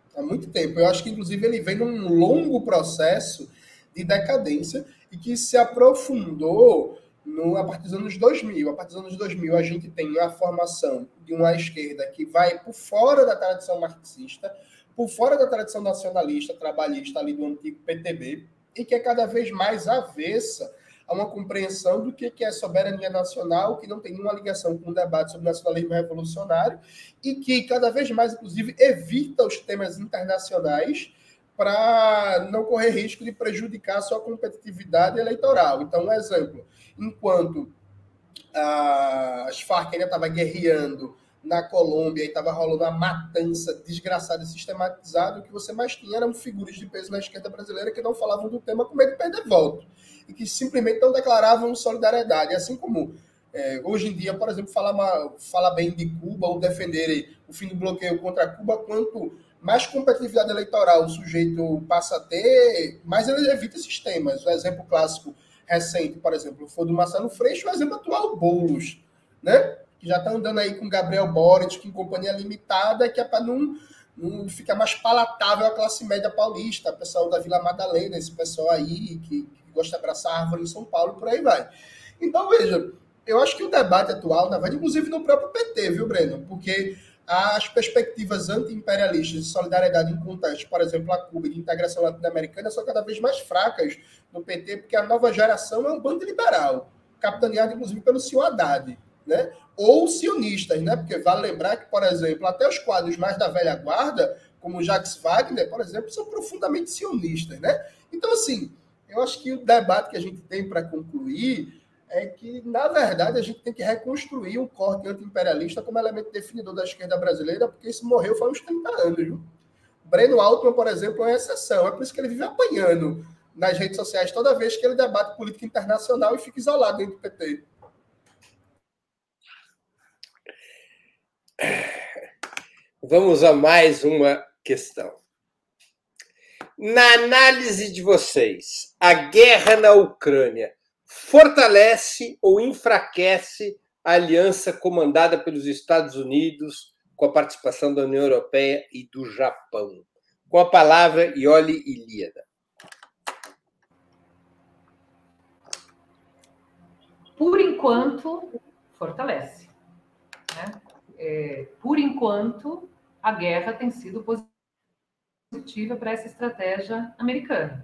Há muito tempo. Eu acho que, inclusive, ele vem num longo processo de decadência e que se aprofundou no, a partir dos anos dois mil. A partir dos anos dois mil, a gente tem a formação de uma esquerda que vai por fora da tradição marxista, por fora da tradição nacionalista, trabalhista ali do antigo P T B, e que é cada vez mais avessa a uma compreensão do que é soberania nacional, que não tem nenhuma ligação com o debate sobre nacionalismo revolucionário, e que cada vez mais, inclusive, evita os temas internacionais para não correr risco de prejudicar a sua competitividade eleitoral. Então, um exemplo, enquanto as Farc ainda estavam guerreando na Colômbia e estava rolando uma matança desgraçada e sistematizada, o que você mais tinha eram figuras de peso na esquerda brasileira que não falavam do tema com medo de perder voto e que simplesmente não declaravam solidariedade. Assim como é, hoje em dia, por exemplo, falar, uma, falar bem de Cuba ou defender o fim do bloqueio contra Cuba, quanto mais competitividade eleitoral o sujeito passa a ter, mais ele evita esses temas. O exemplo clássico recente, por exemplo, foi do Marcelo Freixo, o exemplo atual, Boulos, né? Que já está andando aí com Gabriel Boric, com companhia limitada, que é para não, não ficar mais palatável a classe média paulista, o pessoal da Vila Madalena, esse pessoal aí que, que gosta de abraçar árvore em São Paulo, por aí vai. Então, veja, eu acho que o debate atual, na verdade, inclusive no próprio P T, viu, Breno? Porque as perspectivas anti-imperialistas de solidariedade em contexto, por exemplo, a Cuba e de integração latino-americana, são cada vez mais fracas no P T, porque a nova geração é um bando liberal, capitaneado, inclusive, pelo senhor Haddad, né? Ou sionistas, né? Porque vale lembrar que, por exemplo, até os quadros mais da velha guarda, como o Jacques Wagner, por exemplo, são profundamente sionistas, né? Então, assim, eu acho que o debate que a gente tem para concluir é que, na verdade, a gente tem que reconstruir um corte anti-imperialista como elemento definidor da esquerda brasileira, porque isso morreu faz uns trinta anos, viu? Breno Altman, por exemplo, é uma exceção. É por isso que ele vive apanhando nas redes sociais toda vez que ele debate política internacional e fica isolado dentro do P T. Vamos a mais uma questão. Na análise de vocês, a guerra na Ucrânia fortalece ou enfraquece a aliança comandada pelos Estados Unidos com a participação da União Europeia e do Japão? Com a palavra, Iole Ilíada. Por enquanto, fortalece. Né? É, por enquanto, a guerra tem sido positiva para essa estratégia americana.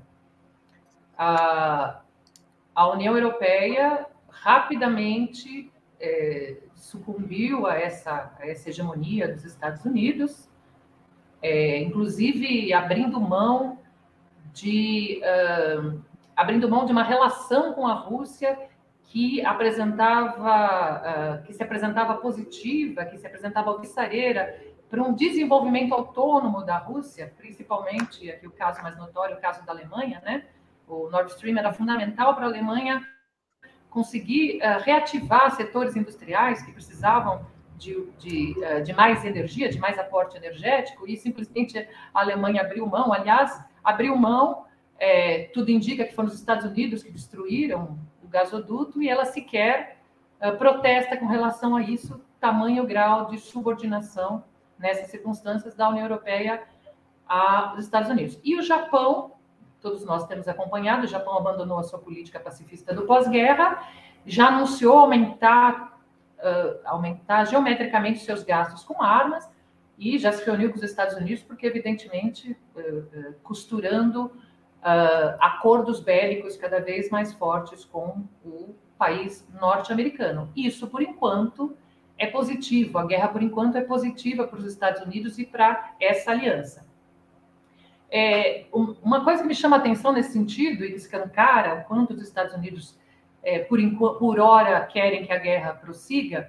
A, a União Europeia rapidamente é, sucumbiu a essa, a essa hegemonia dos Estados Unidos, é, inclusive abrindo mão de uh, abrindo mão de uma relação com a Rússia que apresentava, uh, que se apresentava positiva, que se apresentava alvissareira para um desenvolvimento autônomo da Rússia, principalmente, aqui o caso mais notório, o caso da Alemanha, né? O Nord Stream era fundamental para a Alemanha conseguir uh, reativar setores industriais que precisavam de, de, uh, de mais energia, de mais aporte energético, e simplesmente a Alemanha abriu mão. Aliás, abriu mão, é, tudo indica que foram os Estados Unidos que destruíram o gasoduto, e ela sequer uh, protesta com relação a isso, tamanho grau de subordinação nessas circunstâncias da União Europeia aos Estados Unidos. E o Japão, todos nós temos acompanhado, o Japão abandonou a sua política pacifista do pós-guerra, já anunciou aumentar, uh, aumentar geometricamente seus gastos com armas, e já se reuniu com os Estados Unidos, porque, evidentemente, uh, uh, costurando uh, acordos bélicos cada vez mais fortes com o país norte-americano. Isso, por enquanto, é positivo. A guerra, por enquanto, é positiva para os Estados Unidos e para essa aliança. É, uma coisa que me chama a atenção nesse sentido, e escancara o quanto os Estados Unidos, é, por, por hora, querem que a guerra prossiga,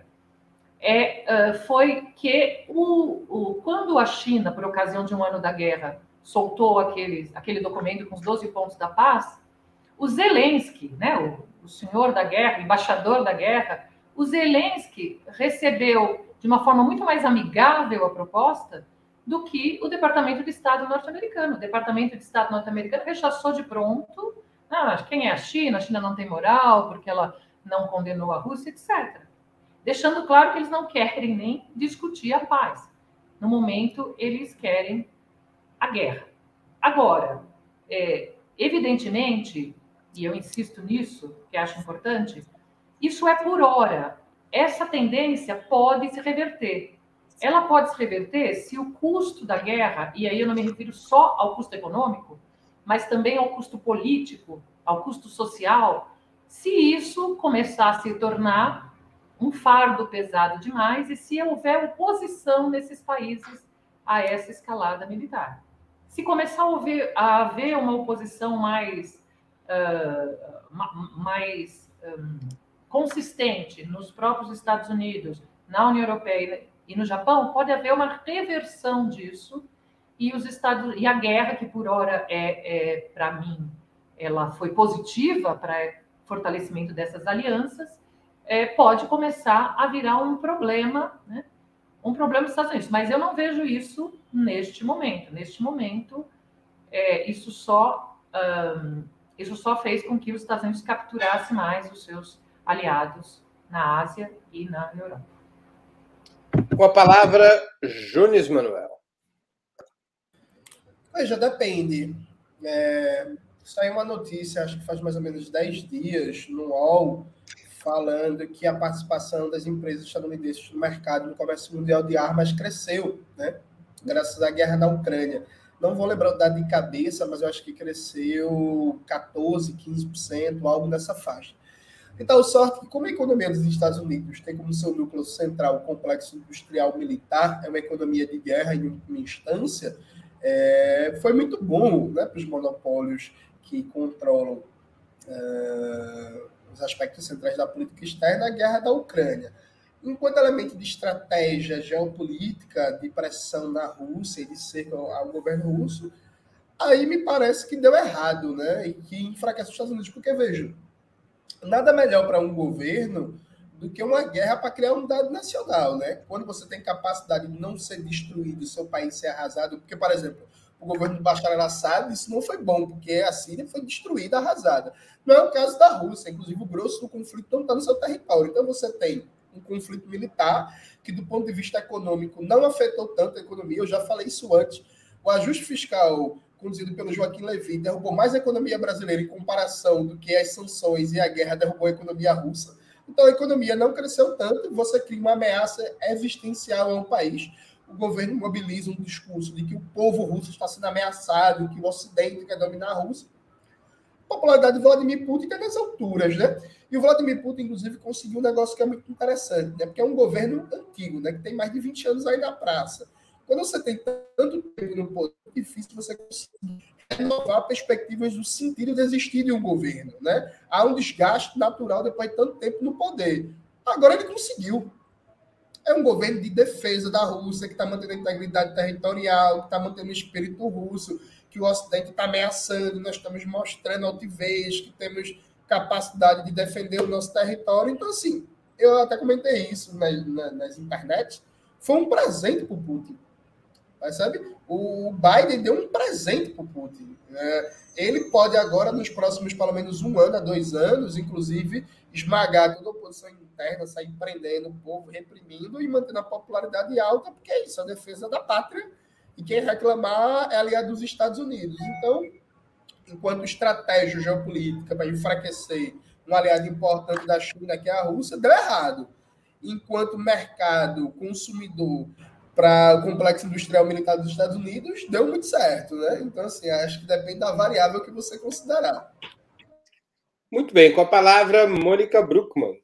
é, foi que o, o, quando a China, por ocasião de um ano da guerra, soltou aquele, aquele documento com os doze pontos da paz, o Zelensky, né, o, o senhor da guerra, o embaixador da guerra, o Zelensky recebeu de uma forma muito mais amigável a proposta do que o Departamento de Estado norte-americano. O Departamento de Estado norte-americano rechaçou de pronto. Ah, quem é a China? A China não tem moral porque ela não condenou a Rússia, etcétera. Deixando claro que eles não querem nem discutir a paz. No momento, eles querem a guerra. Agora, é, evidentemente, e eu insisto nisso, que acho importante, isso é por hora. Essa tendência pode se reverter. Ela pode se reverter se o custo da guerra, e aí eu não me refiro só ao custo econômico, mas também ao custo político, ao custo social, se isso começar a se tornar um fardo pesado demais e se houver oposição nesses países a essa escalada militar. Se começar a haver, a haver uma oposição mais, uh, mais um, consistente nos próprios Estados Unidos, na União Europeia e no Japão, pode haver uma reversão disso e os Estados e a guerra, que por hora é, é para mim, ela foi positiva para fortalecimento dessas alianças, é, pode começar a virar um problema, né? Um problema dos Estados Unidos. Mas eu não vejo isso neste momento. Neste momento, é, isso só um, isso só fez com que os Estados Unidos capturasse mais os seus aliados na Ásia e na Europa. Com a palavra, Jones Manuel. Veja, depende. É, saiu uma notícia, acho que faz mais ou menos dez dias, no U O L, falando que a participação das empresas estadunidenses no mercado, no comércio mundial de armas, cresceu, né? Graças à guerra da Ucrânia. Não vou lembrar o dado de cabeça, mas eu acho que cresceu quatorze, quinze por cento, algo nessa faixa. Então, sorte que, como a economia dos Estados Unidos tem como seu núcleo central o complexo industrial militar, é uma economia de guerra em última instância, é, foi muito bom, né, para os monopólios que controlam uh, os aspectos centrais da política externa, a guerra da Ucrânia. Enquanto elemento de estratégia geopolítica, de pressão na Rússia e de cerca ao governo russo, aí me parece que deu errado, né, e que enfraquece os Estados Unidos, porque, veja, nada melhor para um governo do que uma guerra para criar unidade nacional, né? Quando você tem capacidade de não ser destruído e seu país ser arrasado, porque, por exemplo, o governo de Bashar al-Assad, isso não foi bom, porque a Síria foi destruída, arrasada. Não é o caso da Rússia, inclusive o grosso do conflito não está no seu território. Então você tem um conflito militar que, do ponto de vista econômico, não afetou tanto a economia. Eu já falei isso antes. O ajuste fiscal conduzido pelo Joaquim Levy derrubou mais a economia brasileira em comparação do que as sanções e a guerra derrubou a economia russa. Então, a economia não cresceu tanto e você cria uma ameaça existencial a um país. O governo mobiliza um discurso de que o povo russo está sendo ameaçado, que o Ocidente quer dominar a Rússia. A popularidade de Vladimir Putin está nas alturas, né? E o Vladimir Putin, inclusive, conseguiu um negócio que é muito interessante, né? Porque é um governo antigo, né? Que tem mais de vinte anos aí na praça. Quando você tem tanto tempo no poder, é difícil você conseguir renovar perspectivas do sentido de existir de um governo, né? Há um desgaste natural depois de tanto tempo no poder. Agora ele conseguiu. É um governo de defesa da Rússia, que está mantendo a integridade territorial, que está mantendo o espírito russo, que o Ocidente está ameaçando, nós estamos mostrando altivez, que temos capacidade de defender o nosso território. Então, assim, eu até comentei isso nas, nas internet, foi um presente para o Putin. Sabe? O Biden deu um presente para o Putin. É, ele pode agora, nos próximos pelo menos um ano a dois anos, inclusive, esmagar toda a oposição interna, sair prendendo o povo, reprimindo e mantendo a popularidade alta, porque é isso, a defesa da pátria. E quem reclamar é aliado dos Estados Unidos. Então, enquanto estratégia geopolítica para enfraquecer um aliado importante da China, que é a Rússia, deu errado. Enquanto mercado consumidor para o complexo industrial militar dos Estados Unidos, deu muito certo, né? Então, assim, acho que depende da variável que você considerar. Muito bem, com a palavra, Mônica Bruckmann.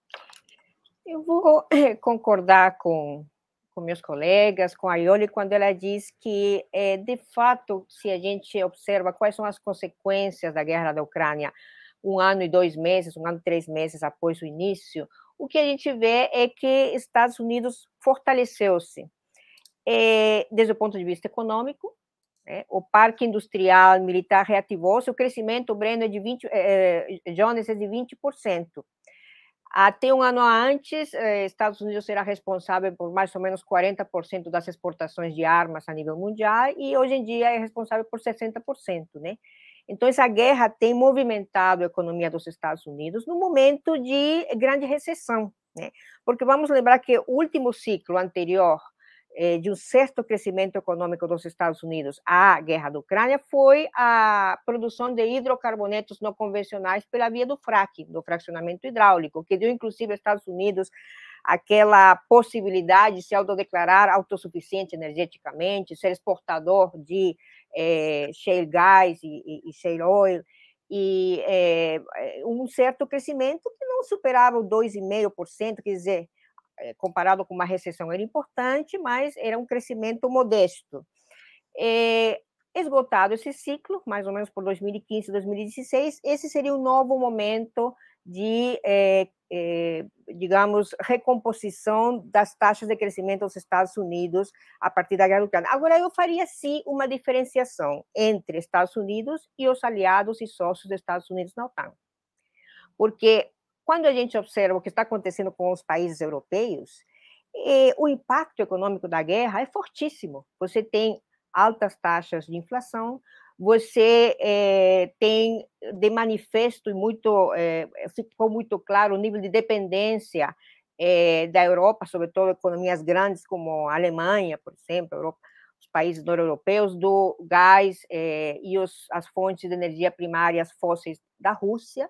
Eu vou concordar com, com meus colegas, com a Ioli, quando ela diz que, é, de fato, se a gente observa quais são as consequências da guerra da Ucrânia, um ano e dois meses, um ano e três meses após o início, o que a gente vê é que Estados Unidos fortaleceu-se. É, desde o ponto de vista econômico, né, o parque industrial militar reativou-se, o crescimento, Breno, é de vinte, é, Jones, é de vinte por cento. Até um ano antes, eh, Estados Unidos era responsável por mais ou menos quarenta por cento das exportações de armas a nível mundial e hoje em dia é responsável por sessenta por cento, né? Então, essa guerra tem movimentado a economia dos Estados Unidos no momento de grande recessão, né? Porque vamos lembrar que o último ciclo anterior de um certo crescimento econômico dos Estados Unidos à guerra da Ucrânia foi a produção de hidrocarbonetos não convencionais pela via do fracking, do fracionamento hidráulico, que deu, inclusive, aos Estados Unidos aquela possibilidade de se autodeclarar autossuficiente energeticamente, ser exportador de é, shale gas e, e, e shale oil, e é, um certo crescimento que não superava o dois vírgula cinco por cento, quer dizer, comparado com uma recessão era importante, mas era um crescimento modesto. É, esgotado esse ciclo, mais ou menos por dois mil e quinze, dois mil e dezesseis, esse seria um novo momento de, é, é, digamos, recomposição das taxas de crescimento dos Estados Unidos a partir da guerra da Ucrânia. Agora, eu faria, sim, uma diferenciação entre Estados Unidos e os aliados e sócios dos Estados Unidos na OTAN. Porque, quando a gente observa o que está acontecendo com os países europeus, eh, o impacto econômico da guerra é fortíssimo. Você tem altas taxas de inflação, você eh, tem de manifesto, e muito, eh, ficou muito claro o nível de dependência eh, da Europa, sobretudo economias grandes como a Alemanha, por exemplo, Europa, os países noro-europeus, do gás eh, e os, as fontes de energia primárias fósseis da Rússia.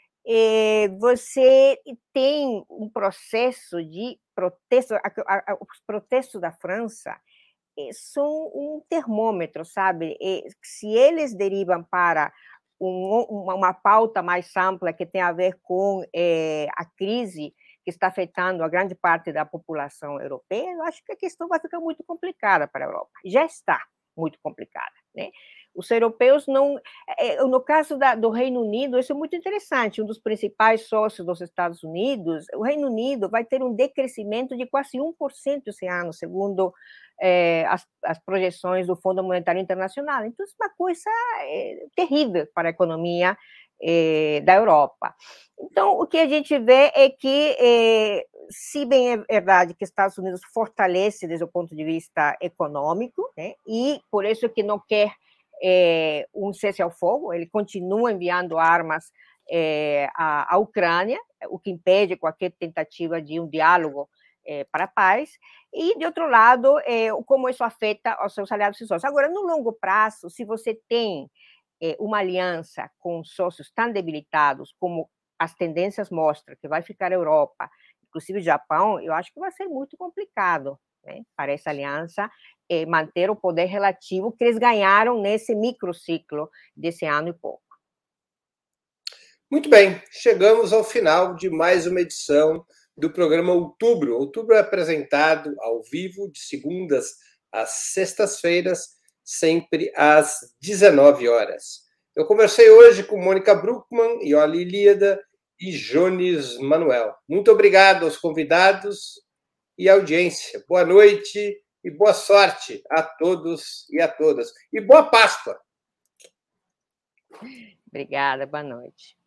Você tem um processo de protesto, os protestos da França são um termômetro, sabe? Se eles derivam para um, uma pauta mais ampla que tem a ver com é, a crise que está afetando a grande parte da população europeia, eu acho que a questão vai ficar muito complicada para a Europa. Já está muito complicada, né? Os europeus não... No caso da, do Reino Unido, isso é muito interessante. Um dos principais sócios dos Estados Unidos, o Reino Unido vai ter um decrescimento de quase um por cento esse ano, segundo eh, as, as projeções do Fundo Monetário Internacional. Então, isso é uma coisa eh, terrível para a economia eh, da Europa. Então, o que a gente vê é que, eh, se bem é verdade que os Estados Unidos fortalece desde o ponto de vista econômico, né, e por isso que não quer É, um cessar-fogo, ele continua enviando armas é, à, à Ucrânia, o que impede qualquer tentativa de um diálogo é, para a paz, e, de outro lado, é, como isso afeta os seus aliados e sócios. Agora, no longo prazo, se você tem é, uma aliança com sócios tão debilitados como as tendências mostram que vai ficar a Europa, inclusive o Japão, eu acho que vai ser muito complicado, né, para essa aliança eh, manter o poder relativo que eles ganharam nesse microciclo desse ano e pouco. Muito bem, chegamos ao final de mais uma edição do programa Outubro. Outubro é apresentado ao vivo de segundas às sextas-feiras, sempre às dezenove horas. Eu conversei hoje com Mônica Bruckmann, Iole Ilíada e Jones Manuel. Muito obrigado aos convidados e à audiência. Boa noite e boa sorte a todos e a todas. E boa Páscoa! Obrigada, boa noite.